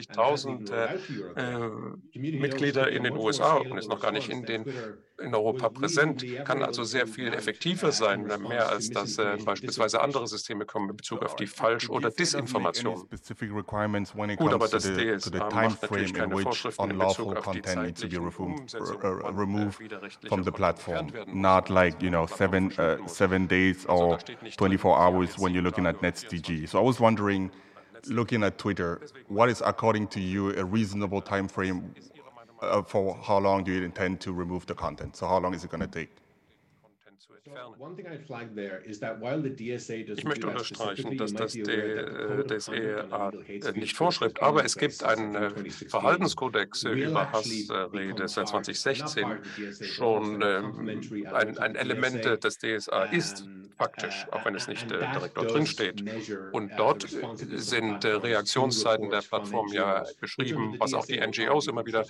20.000 Mitglieder in den USA und ist noch gar nicht in Europa präsent, kann also sehr viel effektiver sein, mehr als das beispielsweise andere Systeme kommen in Bezug auf die Falsch- oder Desinformation. Gut, aber das DSA macht natürlich keine Vorschriften in Bezug auf die zeitliche Umsetzung removed from the platform, not like 7 days or 24 hours when you're looking at NetzDG. So I was wondering, looking at Twitter, what is according to you a reasonable time frame for how long do you intend to remove the content? So how long is it going to take? Ich möchte unterstreichen, dass das DSA nicht vorschreibt, aber es gibt einen Verhaltenskodex über Hassrede seit 2016 schon ein Element des DSA ist, faktisch, auch wenn es nicht direkt dort drin steht. Und dort sind Reaktionszeiten der Plattform ja beschrieben, was auch die NGOs immer wieder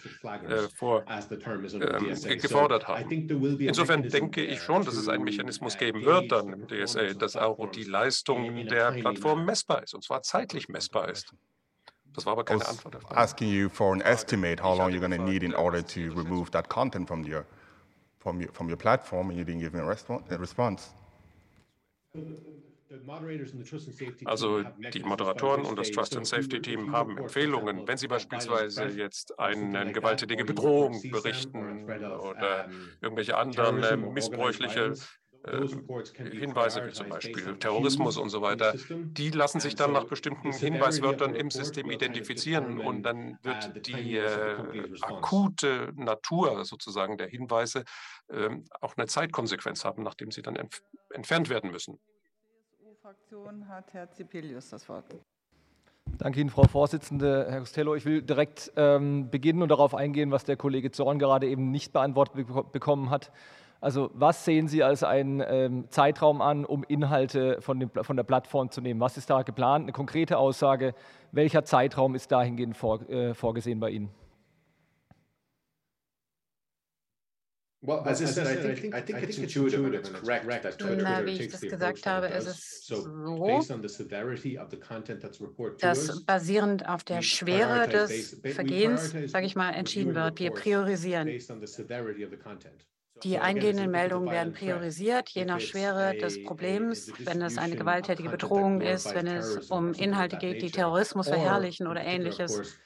gefordert haben. Insofern denke ich schon, dass es einen Mechanismus geben wird dann im DSA, dass auch die Leistung der Plattform messbar ist, und zwar zeitlich messbar ist. Das war aber keine Antwort. Asking you for an estimate how long you're going to need in order to remove that content from your platform, and you didn't give me a response. Also die Moderatoren und das Trust and Safety Team haben Empfehlungen, wenn sie beispielsweise jetzt eine gewalttätige Bedrohung berichten oder irgendwelche anderen missbräuchliche Hinweise, wie zum Beispiel Terrorismus und so weiter, die lassen sich dann nach bestimmten Hinweiswörtern im System identifizieren und dann wird die akute Natur sozusagen der Hinweise auch eine Zeitkonsequenz haben, nachdem sie dann entfernt werden müssen. Fraktion hat Herr Zipelius das Wort. Danke Ihnen, Frau Vorsitzende. Herr Costello, ich will direkt beginnen und darauf eingehen, was der Kollege Zorn gerade eben nicht beantwortet bekommen hat. Also was sehen Sie als einen Zeitraum an, um Inhalte von der Plattform zu nehmen? Was ist da geplant? Eine konkrete Aussage. Welcher Zeitraum ist dahingehend vorgesehen bei Ihnen? Na, wie ich das gesagt habe, ist es so, dass basierend auf der Schwere des Vergehens, sage ich mal, entschieden wird. Wir priorisieren. Die eingehenden Meldungen werden priorisiert, je nach Schwere des Problems, wenn es eine gewalttätige Bedrohung ist, wenn es um Inhalte geht, die Terrorismus verherrlichen oder Ähnliches.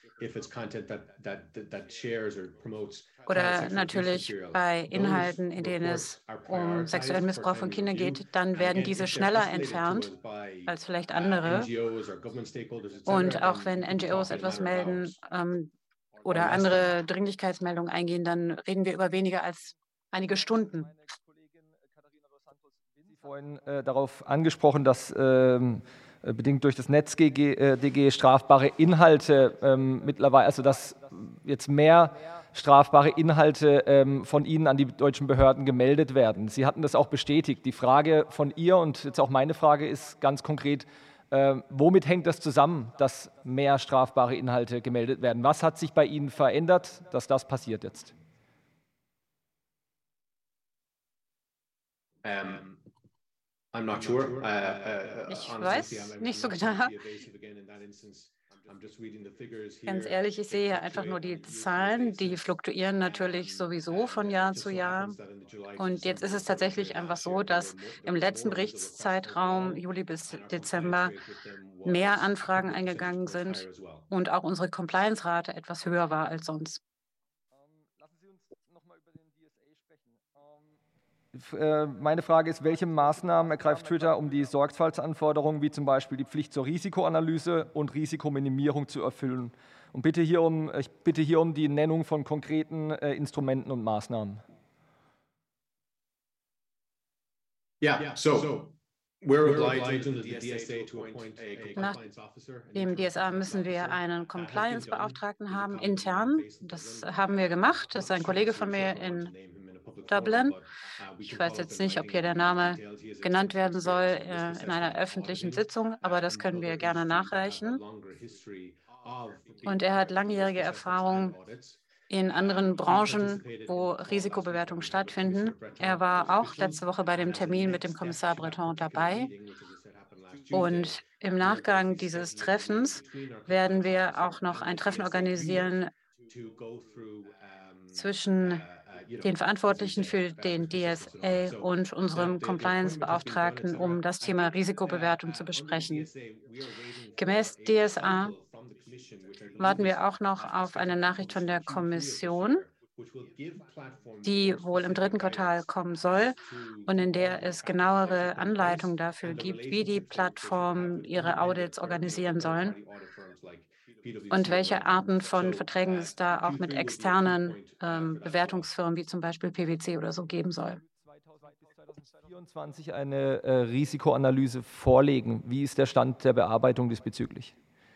Oder natürlich bei Inhalten, in denen es um sexuellen Missbrauch von Kindern geht, dann werden diese schneller entfernt als vielleicht andere. Und auch wenn NGOs etwas melden oder andere Dringlichkeitsmeldungen eingehen, dann reden wir über weniger als einige Stunden. Sie vorhin darauf angesprochen, dass bedingt durch das NetzDG strafbare Inhalte mittlerweile, also dass jetzt mehr strafbare Inhalte von Ihnen an die deutschen Behörden gemeldet werden. Sie hatten das auch bestätigt. Die Frage von ihr und jetzt auch meine Frage ist ganz konkret, womit hängt das zusammen, dass mehr strafbare Inhalte gemeldet werden? Was hat sich bei Ihnen verändert, dass das passiert jetzt? Ich weiß nicht so genau. Ganz ehrlich, ich sehe einfach nur die Zahlen, die fluktuieren natürlich sowieso von Jahr zu Jahr. Und jetzt ist es tatsächlich einfach so, dass im letzten Berichtszeitraum, Juli bis Dezember, mehr Anfragen eingegangen sind und auch unsere Compliance-Rate etwas höher war als sonst. Meine Frage ist, welche Maßnahmen ergreift Twitter, um die Sorgfaltsanforderungen wie zum Beispiel die Pflicht zur Risikoanalyse und Risikominimierung zu erfüllen? Und ich bitte hier um die Nennung von konkreten Instrumenten und Maßnahmen. Nach dem DSA müssen wir einen Compliance-Beauftragten haben, intern. Das haben wir gemacht. Das ist ein Kollege von mir in Dublin. Ich weiß jetzt nicht, ob hier der Name genannt werden soll in einer öffentlichen Sitzung, aber das können wir gerne nachreichen. Und er hat langjährige Erfahrung in anderen Branchen, wo Risikobewertungen stattfinden. Er war auch letzte Woche bei dem Termin mit dem Kommissar Breton dabei. Und im Nachgang dieses Treffens werden wir auch noch ein Treffen organisieren zwischen den Verantwortlichen für den DSA und unserem Compliance-Beauftragten, um das Thema Risikobewertung zu besprechen. Gemäß DSA warten wir auch noch auf eine Nachricht von der Kommission, die wohl im 3. Quartal kommen soll und in der es genauere Anleitungen dafür gibt, wie die Plattformen ihre Audits organisieren sollen und welche Arten von Verträgen es da auch mit externen Bewertungsfirmen wie zum Beispiel PwC oder so geben soll. 2024 eine Risikoanalyse vorlegen. Wie ist der Stand der Bearbeitung diesbezüglich?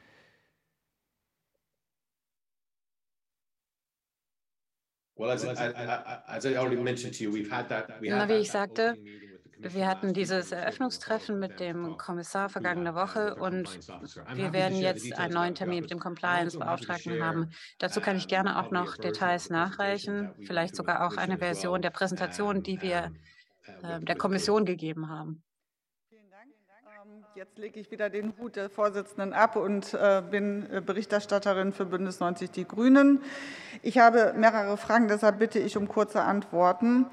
Wie ich sagte, wir hatten dieses Eröffnungstreffen mit dem Kommissar vergangene Woche und wir werden jetzt einen neuen Termin mit dem Compliance-Beauftragten haben. Dazu kann ich gerne auch noch Details nachreichen, vielleicht sogar auch eine Version der Präsentation, die wir der Kommission gegeben haben. Vielen Dank. Jetzt lege ich wieder den Hut der Vorsitzenden ab und bin Berichterstatterin für Bündnis 90 Die Grünen. Ich habe mehrere Fragen, deshalb bitte ich um kurze Antworten.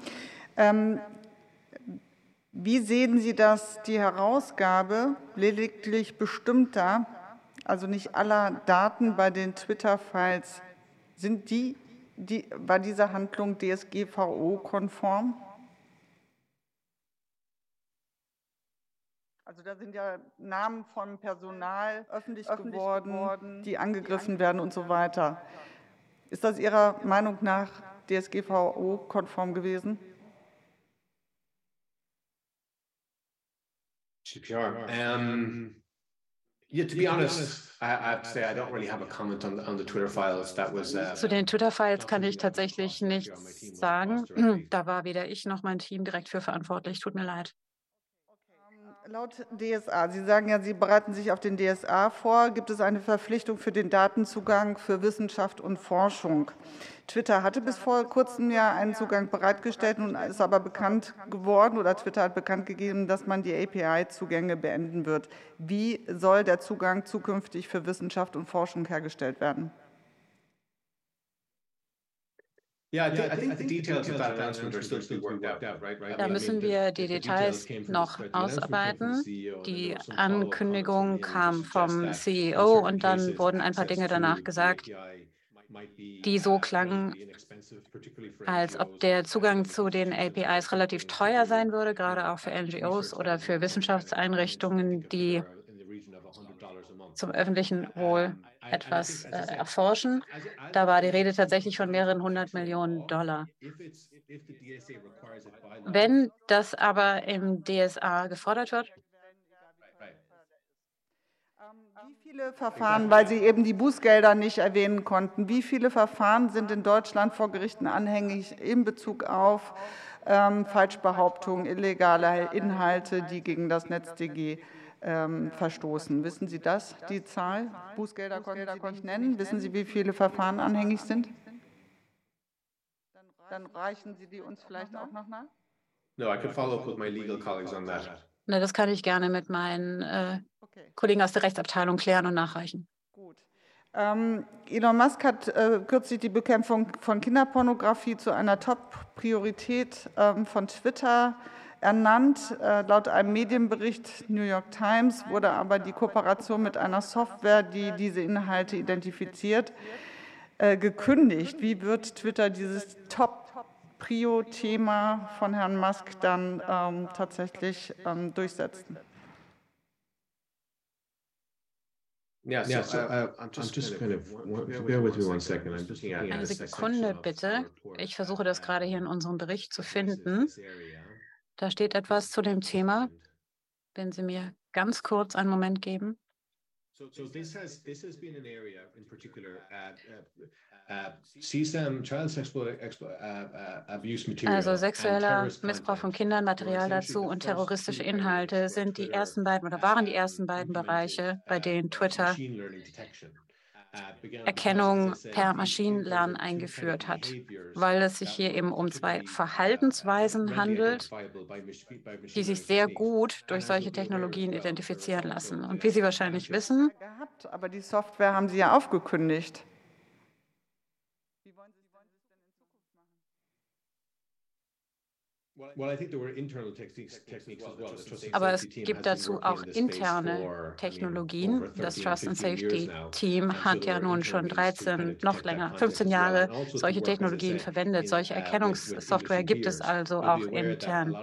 Wie sehen Sie das, die Herausgabe lediglich bestimmter, also nicht aller Daten bei den Twitter-Files, war diese Handlung DSGVO-konform? Also da sind ja Namen von Personal öffentlich geworden, die angegriffen werden und so weiter. Ist das Ihrer Meinung nach DSGVO-konform gewesen? CPR. Yeah, to be honest, I have to say I don't really have a comment on the Twitter files. That was. Zu den Twitter-Files kann ich tatsächlich nichts sagen. Da war weder ich noch mein Team direkt für verantwortlich. Tut mir leid. Laut DSA, Sie sagen ja, Sie bereiten sich auf den DSA vor. Gibt es eine Verpflichtung für den Datenzugang für Wissenschaft und Forschung? Twitter hatte bis vor kurzem ja einen Zugang bereitgestellt, nun ist aber bekannt geworden oder Twitter hat bekannt gegeben, dass man die API-Zugänge beenden wird. Wie soll der Zugang zukünftig für Wissenschaft und Forschung hergestellt werden? Da müssen wir die Details noch ausarbeiten. Die Ankündigung kam vom CEO und dann wurden ein paar Dinge danach gesagt, die so klangen, als ob der Zugang zu den APIs relativ teuer sein würde, gerade auch für NGOs oder für Wissenschaftseinrichtungen, die zum öffentlichen Wohl etwas erforschen. Da war die Rede tatsächlich von mehreren $100 Millionen. Wenn das aber im DSA gefordert wird, Wie viele Verfahren, weil Sie eben die Bußgelder nicht erwähnen konnten, wie viele Verfahren sind in Deutschland vor Gerichten anhängig in Bezug auf Falschbehauptungen, illegale Inhalte, die gegen das NetzDG verstoßen? Wissen Sie das, die Zahl? Bußgelder konnten Sie nicht nennen. Wissen Sie, wie viele Verfahren anhängig sind? Dann reichen Sie die uns vielleicht auch noch nach? No, I could follow up with my legal colleagues on that. Na, das kann ich gerne mit meinen Kollegen aus der Rechtsabteilung klären und nachreichen. Gut. Elon Musk hat kürzlich die Bekämpfung von Kinderpornografie zu einer Top-Priorität von Twitter ernannt. Laut einem Medienbericht New York Times wurde aber die Kooperation mit einer Software, die diese Inhalte identifiziert, gekündigt. Wie wird Twitter dieses Top-Prio-Thema von Herrn Musk dann tatsächlich durchsetzen? Yeah, so I'm just kind of, bear with me 1 second. I'm looking at Eine Sekunde bitte. Ich versuche das gerade hier in unserem Bericht zu finden. Da steht etwas zu dem Thema. Wenn Sie mir ganz kurz einen Moment geben. So this has been an area in particular CSAM, child sexual abuse material. Also sexueller Missbrauch von Kindern, Material dazu und terroristische Inhalte sind die ersten beiden oder waren die ersten beiden Bereiche, bei denen Twitter Erkennung per Maschinenlernen eingeführt hat, weil es sich hier eben um 2 Verhaltensweisen handelt, die sich sehr gut durch solche Technologien identifizieren lassen. Und wie Sie wahrscheinlich wissen, aber die Software haben Sie ja aufgekündigt. Aber es gibt dazu auch interne Technologien. Das Trust and Safety Team hat ja nun schon 13, noch länger, 15 Jahre solche Technologien verwendet. Solche Erkennungssoftware gibt es also auch intern.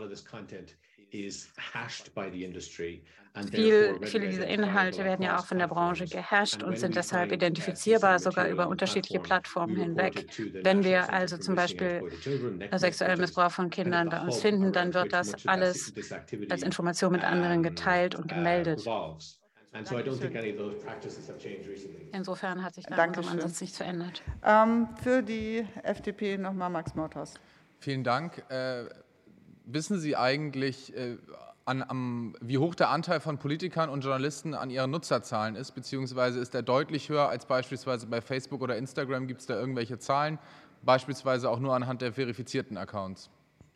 Viele dieser Inhalte werden ja auch von der Branche gehasht und sind deshalb identifizierbar, sogar über unterschiedliche Plattformen hinweg. Wenn wir also zum Beispiel sexuellen Missbrauch von Kindern bei uns finden, dann wird das alles als Information mit anderen geteilt und gemeldet. Insofern hat sich da in unserem Ansatz nichts verändert. Für die FDP nochmal Max Motors. Vielen Dank. Wissen Sie eigentlich, wie hoch der Anteil von Politikern und Journalisten an ihren Nutzerzahlen ist, beziehungsweise ist er deutlich höher als beispielsweise bei Facebook oder Instagram? Gibt es da irgendwelche Zahlen, beispielsweise auch nur anhand der verifizierten Accounts?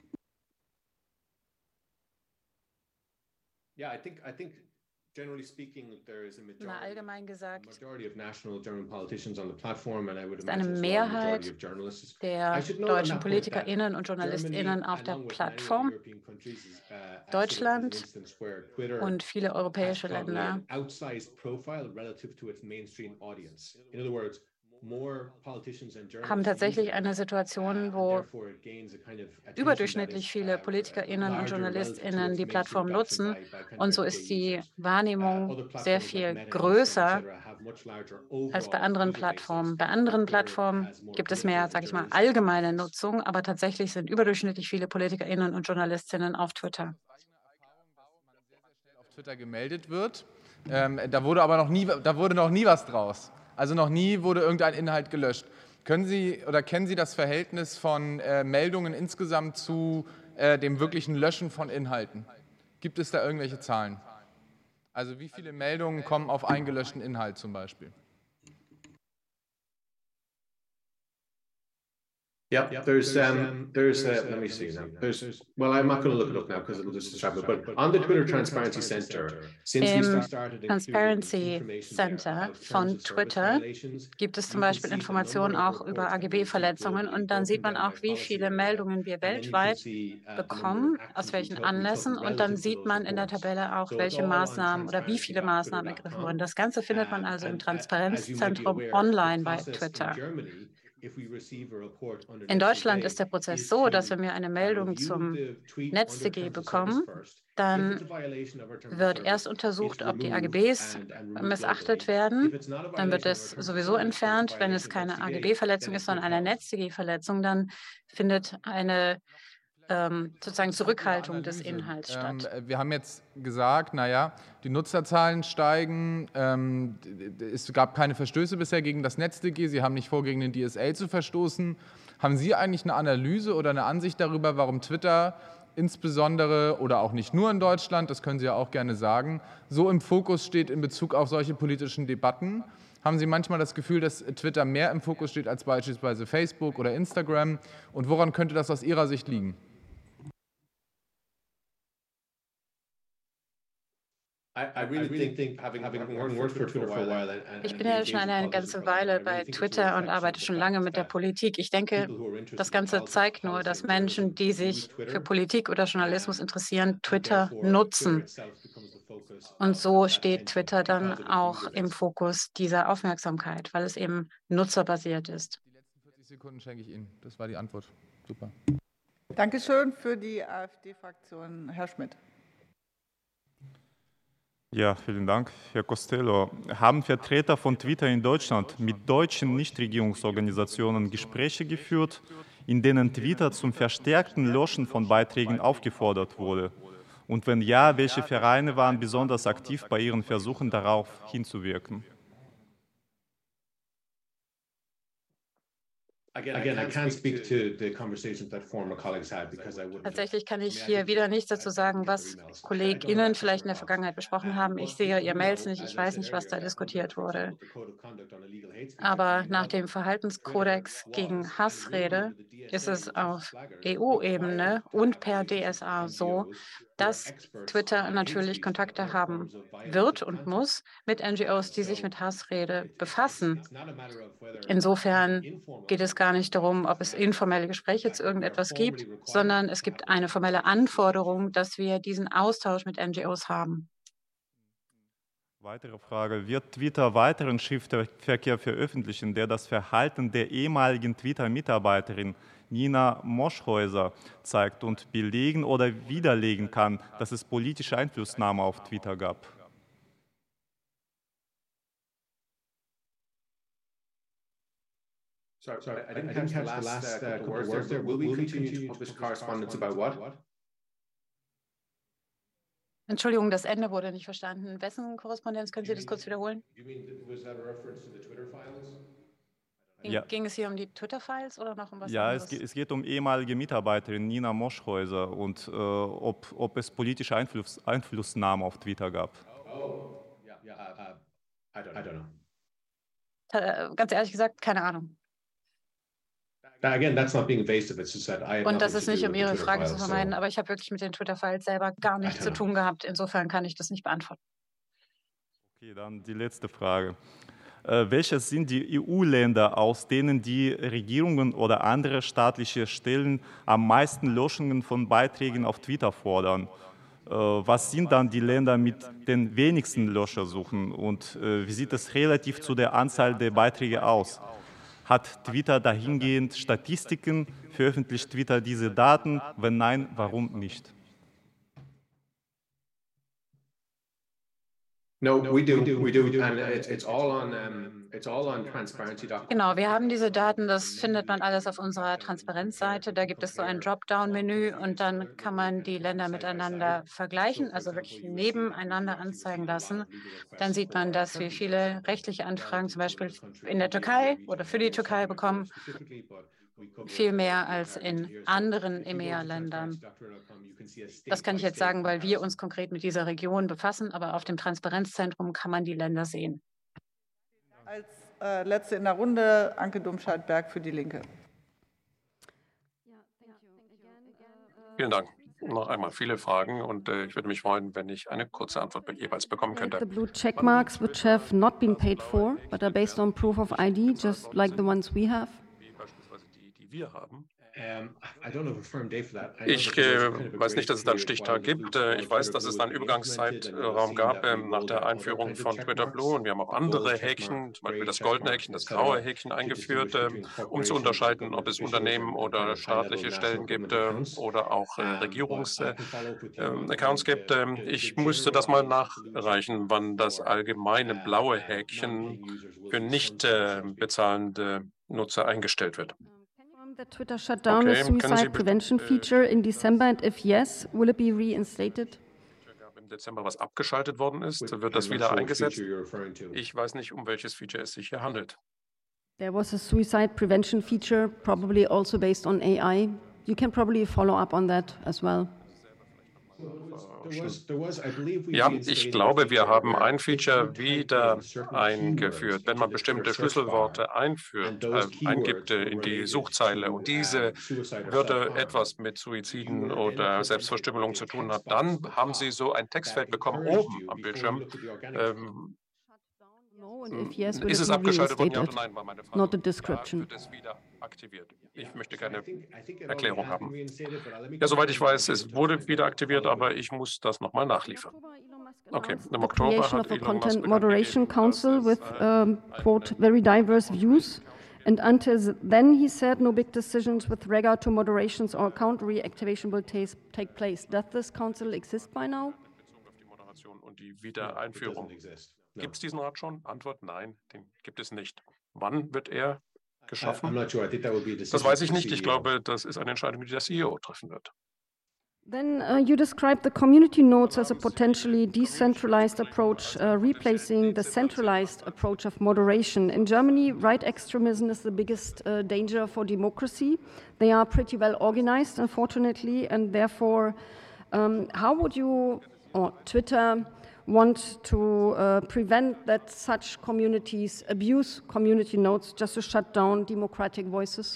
Yeah, I think generally speaking, there is a Allgemein gesagt, majority of national German politicians on the platform, and I would ist eine imagine Mehrheit der deutschen PolitikerInnen und JournalistInnen auf der Plattform. Deutschland und viele europäische Länder haben tatsächlich eine Situation, wo überdurchschnittlich viele PolitikerInnen und JournalistInnen die Plattform nutzen. Und so ist die Wahrnehmung sehr viel größer als bei anderen Plattformen. Bei anderen Plattformen gibt es mehr, sage ich mal, allgemeine Nutzung, aber tatsächlich sind überdurchschnittlich viele PolitikerInnen und JournalistInnen auf Twitter. Auf Twitter gemeldet wird. Da wurde aber noch nie was draus. Also noch nie wurde irgendein Inhalt gelöscht. Können Sie oder kennen Sie das Verhältnis von Meldungen insgesamt zu dem wirklichen Löschen von Inhalten? Gibt es da irgendwelche Zahlen? Also wie viele Meldungen kommen auf einen gelöschten Inhalt zum Beispiel? Yeah, there's let me see now. Well, I'm not going to look it up now because it'll just distract me. But on the Twitter Transparency Center, since we started Transparency Center von Twitter gibt es zum Beispiel Informationen auch über AGB-Verletzungen und dann sieht man auch, wie viele Meldungen wir weltweit bekommen, aus welchen Anlässen und dann sieht man in der Tabelle auch, welche Maßnahmen oder wie viele Maßnahmen ergriffen wurden. Das Ganze findet man also im Transparenzzentrum online bei Twitter. In Deutschland ist der Prozess so, dass wenn wir eine Meldung zum NetzDG bekommen, dann wird erst untersucht, ob die AGBs missachtet werden. Dann wird es sowieso entfernt. Wenn es keine AGB-Verletzung ist, sondern eine NetzDG-Verletzung, dann findet eine sozusagen Zurückhaltung des Inhalts statt? Wir haben jetzt gesagt, naja, die Nutzerzahlen steigen, es gab keine Verstöße bisher gegen das NetzDG, Sie haben nicht vor, gegen den DSA zu verstoßen. Haben Sie eigentlich eine Analyse oder eine Ansicht darüber, warum Twitter insbesondere oder auch nicht nur in Deutschland, das können Sie ja auch gerne sagen, so im Fokus steht in Bezug auf solche politischen Debatten? Haben Sie manchmal das Gefühl, dass Twitter mehr im Fokus steht als beispielsweise Facebook oder Instagram? Und woran könnte das aus Ihrer Sicht liegen? Ich bin ja schon eine ganze Weile bei Twitter und arbeite schon lange mit der Politik. Ich denke, das Ganze zeigt nur, dass Menschen, die sich für Politik oder Journalismus interessieren, Twitter nutzen. Und so steht Twitter dann auch im Fokus dieser Aufmerksamkeit, weil es eben nutzerbasiert ist. Die letzten 40 Sekunden schenke ich Ihnen. Das war die Antwort. Super. Dankeschön für die AfD-Fraktion. Herr Schmidt. Ja, vielen Dank, Herr Costello. Haben Vertreter von Twitter in Deutschland mit deutschen Nichtregierungsorganisationen Gespräche geführt, in denen Twitter zum verstärkten Löschen von Beiträgen aufgefordert wurde? Und wenn ja, welche Vereine waren besonders aktiv bei ihren Versuchen, darauf hinzuwirken? Tatsächlich kann ich hier wieder nichts dazu sagen, was KollegInnen vielleicht in der Vergangenheit besprochen haben. Ich sehe Ihre Mails nicht, ich weiß nicht, was da diskutiert wurde. Aber nach dem Verhaltenskodex gegen Hassrede ist es auf EU-Ebene und per DSA so, dass Twitter natürlich Kontakte haben wird und muss mit NGOs, die sich mit Hassrede befassen. Insofern geht es gar nicht darum, ob es informelle Gespräche zu irgendetwas gibt, sondern es gibt eine formelle Anforderung, dass wir diesen Austausch mit NGOs haben. Weitere Frage. Wird Twitter weiteren Schriftverkehr veröffentlichen, der das Verhalten der ehemaligen Twitter-Mitarbeiterin Nina Moschhäuser zeigt und belegen oder widerlegen kann, dass es politische Einflussnahme auf Twitter gab? Sorry, I didn't catch the last couple words there. Will we continue to publish correspondence about what? Entschuldigung, das Ende wurde nicht verstanden. Wessen Korrespondenz? Können Sie das kurz wiederholen? Ja. Ging es hier um die Twitter-Files oder noch um was Ja, anderes? es geht um ehemalige Mitarbeiterin Nina Moschhäuser und ob es politische Einflussnahme auf Twitter gab. I don't know. Ganz ehrlich gesagt, keine Ahnung. Again, that's not being evasive. It's just that I have Und das nothing ist to nicht, do um with the Ihre Twitter Frage zu files, vermeiden, aber ich habe wirklich mit den Twitter-Files selber gar nichts zu tun gehabt. Insofern kann ich das nicht beantworten. Okay, dann die letzte Frage. Welche sind die EU-Länder, aus denen die Regierungen oder andere staatliche Stellen am meisten Löschungen von Beiträgen auf Twitter fordern? Was sind dann die Länder mit den wenigsten Löschersuchen und wie sieht es relativ zu der Anzahl der Beiträge aus? Hat Twitter dahingehend Statistiken? Veröffentlicht Twitter diese Daten? Wenn nein, warum nicht? No, we do, and it's all on transparency.com. Genau, wir haben diese Daten, das findet man alles auf unserer Transparenzseite. Da gibt es so ein Dropdown-Menü und dann kann man die Länder miteinander vergleichen, also wirklich nebeneinander anzeigen lassen. Dann sieht man, dass wir viele rechtliche Anfragen zum Beispiel in der Türkei oder für die Türkei bekommen, viel mehr als in anderen EMEA-Ländern. Das kann ich jetzt sagen, weil wir uns konkret mit dieser Region befassen, aber auf dem Transparenzzentrum kann man die Länder sehen. Als letzte in der Runde Anke Domscheit-Berg für die Linke. Vielen Dank. Noch einmal viele Fragen und ich würde mich freuen, wenn ich eine kurze Antwort jeweils bekommen könnte. The blue check marks which have not been paid for, but are based on proof of ID, just like the ones we have. Wie beispielsweise die wir haben. Ich weiß nicht, dass es da einen Stichtag gibt. Ich weiß, dass es da einen Übergangszeitraum gab nach der Einführung von Twitter Blue. Und wir haben auch andere Häkchen, zum Beispiel das goldene Häkchen, das graue Häkchen eingeführt, um zu unterscheiden, ob es Unternehmen oder staatliche Stellen gibt oder auch Regierungsaccounts gibt. Ich müsste das mal nachreichen, wann das allgemeine blaue Häkchen für nicht bezahlende Nutzer eingestellt wird. that Twitter shut down a suicide prevention feature in December, and if yes, will it be reinstated? Im Dezember was abgeschaltet worden ist, wird das wieder eingesetzt. Ich weiß nicht, um welches Feature es sich hier handelt. There was a suicide prevention feature, probably also based on AI. You can probably follow up on that as well. Ja, ich glaube, wir haben ein Feature wieder eingeführt. Wenn man bestimmte Schlüsselworte eingibt in die Suchzeile und diese würde etwas mit Suiziden oder Selbstverstümmelung zu tun haben, dann haben Sie so ein Textfeld bekommen oben am Bildschirm. Ist es abgeschaltet worden? Ja oder nein, war meine Frage. Not a description. Wird es wieder aktiviert? Ich möchte keine Erklärung haben. Ja, soweit ich weiß, es wurde wieder aktiviert, aber ich muss das nochmal nachliefern. Okay, im Oktober hat Elon Musk Content Moderation Council with, quote, very diverse views. And until then, he said, no big decisions with regard to moderations or account reactivation will take place. Does this council exist by now? Bezogen auf die Moderation und die Wiedereinführung. Gibt es diesen Rat schon? Antwort: Nein, den gibt es nicht. Wann wird er geschaffen? Das weiß ich nicht. Ich glaube, das ist eine Entscheidung, die der CEO treffen wird. Then you described the community nodes as a potentially decentralized approach, replacing the centralized approach of moderation. In Germany, right extremism is the biggest danger for democracy. They are pretty well organized, unfortunately, and therefore, how would you or Twitter want to prevent that such communities abuse community nodes just to shut down democratic voices?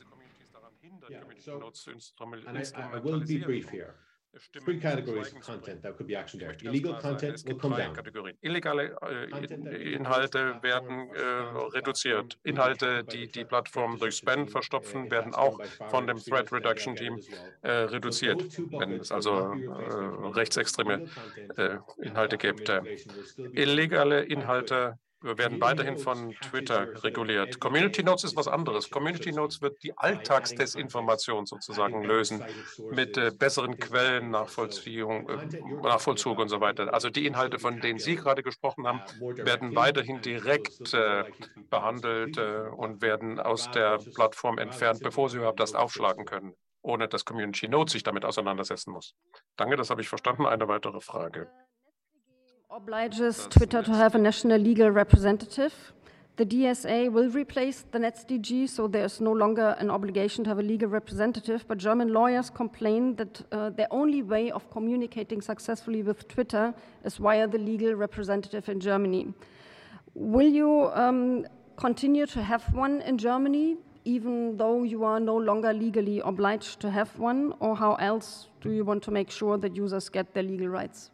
I will be brief here. 3 categories of content that could be actioned there. Illegal content will come down. Illegale Inhalte werden reduziert. Inhalte, die die Plattform durch Spam verstopfen, werden auch von dem Threat Reduction Team reduziert, wenn es also rechtsextreme Inhalte gibt. Illegale Inhalte werden weiterhin von Twitter reguliert. Community Notes ist was anderes. Community Notes wird die Alltagsdesinformation sozusagen lösen mit besseren Quellen, Nachvollzug und so weiter. Also die Inhalte, von denen Sie gerade gesprochen haben, werden weiterhin direkt behandelt und werden aus der Plattform entfernt, bevor Sie überhaupt das aufschlagen können, ohne dass Community Notes sich damit auseinandersetzen muss. Danke, das habe ich verstanden. Eine weitere Frage. Obliges Twitter to have a national legal representative. The DSA will replace the NetzDG, so there is no longer an obligation to have a legal representative, but German lawyers complain that their only way of communicating successfully with Twitter is via the legal representative in Germany. Will you continue to have one in Germany, even though you are no longer legally obliged to have one, or how else do you want to make sure that users get their legal rights?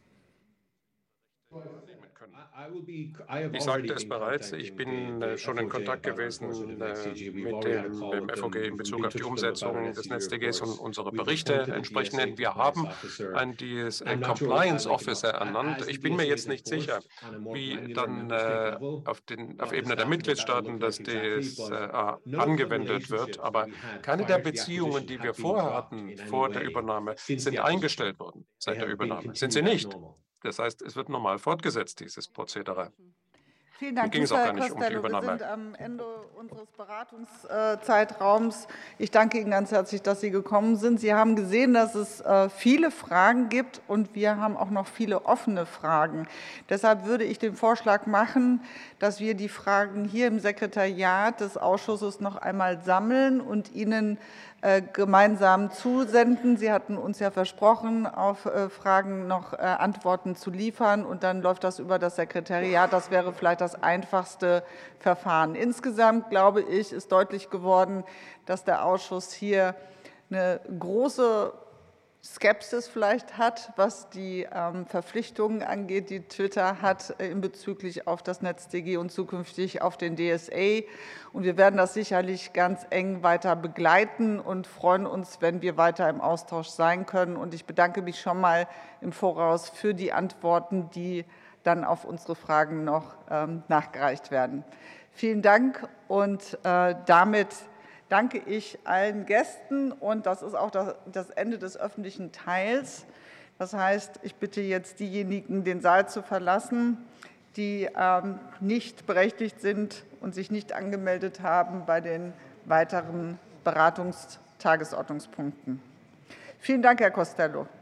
Ich sagte es bereits, ich bin schon in Kontakt gewesen mit dem FOG in Bezug auf die Umsetzung des NetzDGs und unsere Berichte entsprechend. Wir haben einen Compliance Officer ernannt. Ich bin mir jetzt nicht sicher, wie dann auf Ebene der Mitgliedstaaten das DSA angewendet wird. Aber keine der Beziehungen, die wir vorher hatten, vor der Übernahme, sind eingestellt worden seit der Übernahme. Sind sie nicht? Das heißt, es wird normal fortgesetzt, dieses Prozedere. Vielen Dank, Herr Costello. Wir sind am Ende unseres Beratungszeitraums. Ich danke Ihnen ganz herzlich, dass Sie gekommen sind. Sie haben gesehen, dass es viele Fragen gibt und wir haben auch noch viele offene Fragen. Deshalb würde ich den Vorschlag machen, dass wir die Fragen hier im Sekretariat des Ausschusses noch einmal sammeln und Ihnen gemeinsam zusenden. Sie hatten uns ja versprochen, auf Fragen noch Antworten zu liefern und dann läuft das über das Sekretariat. Das wäre vielleicht das einfachste Verfahren. Insgesamt, glaube ich, ist deutlich geworden, dass der Ausschuss hier eine große Skepsis vielleicht hat, was die Verpflichtungen angeht, die Twitter hat in bezüglich auf das NetzDG und zukünftig auf den DSA. Und wir werden das sicherlich ganz eng weiter begleiten und freuen uns, wenn wir weiter im Austausch sein können. Und ich bedanke mich schon mal im Voraus für die Antworten, die dann auf unsere Fragen noch nachgereicht werden. Vielen Dank und damit danke ich allen Gästen und das ist auch das Ende des öffentlichen Teils. Das heißt, ich bitte jetzt diejenigen, den Saal zu verlassen, die nicht berechtigt sind und sich nicht angemeldet haben, bei den weiteren Beratungstagesordnungspunkten. Vielen Dank, Herr Costello.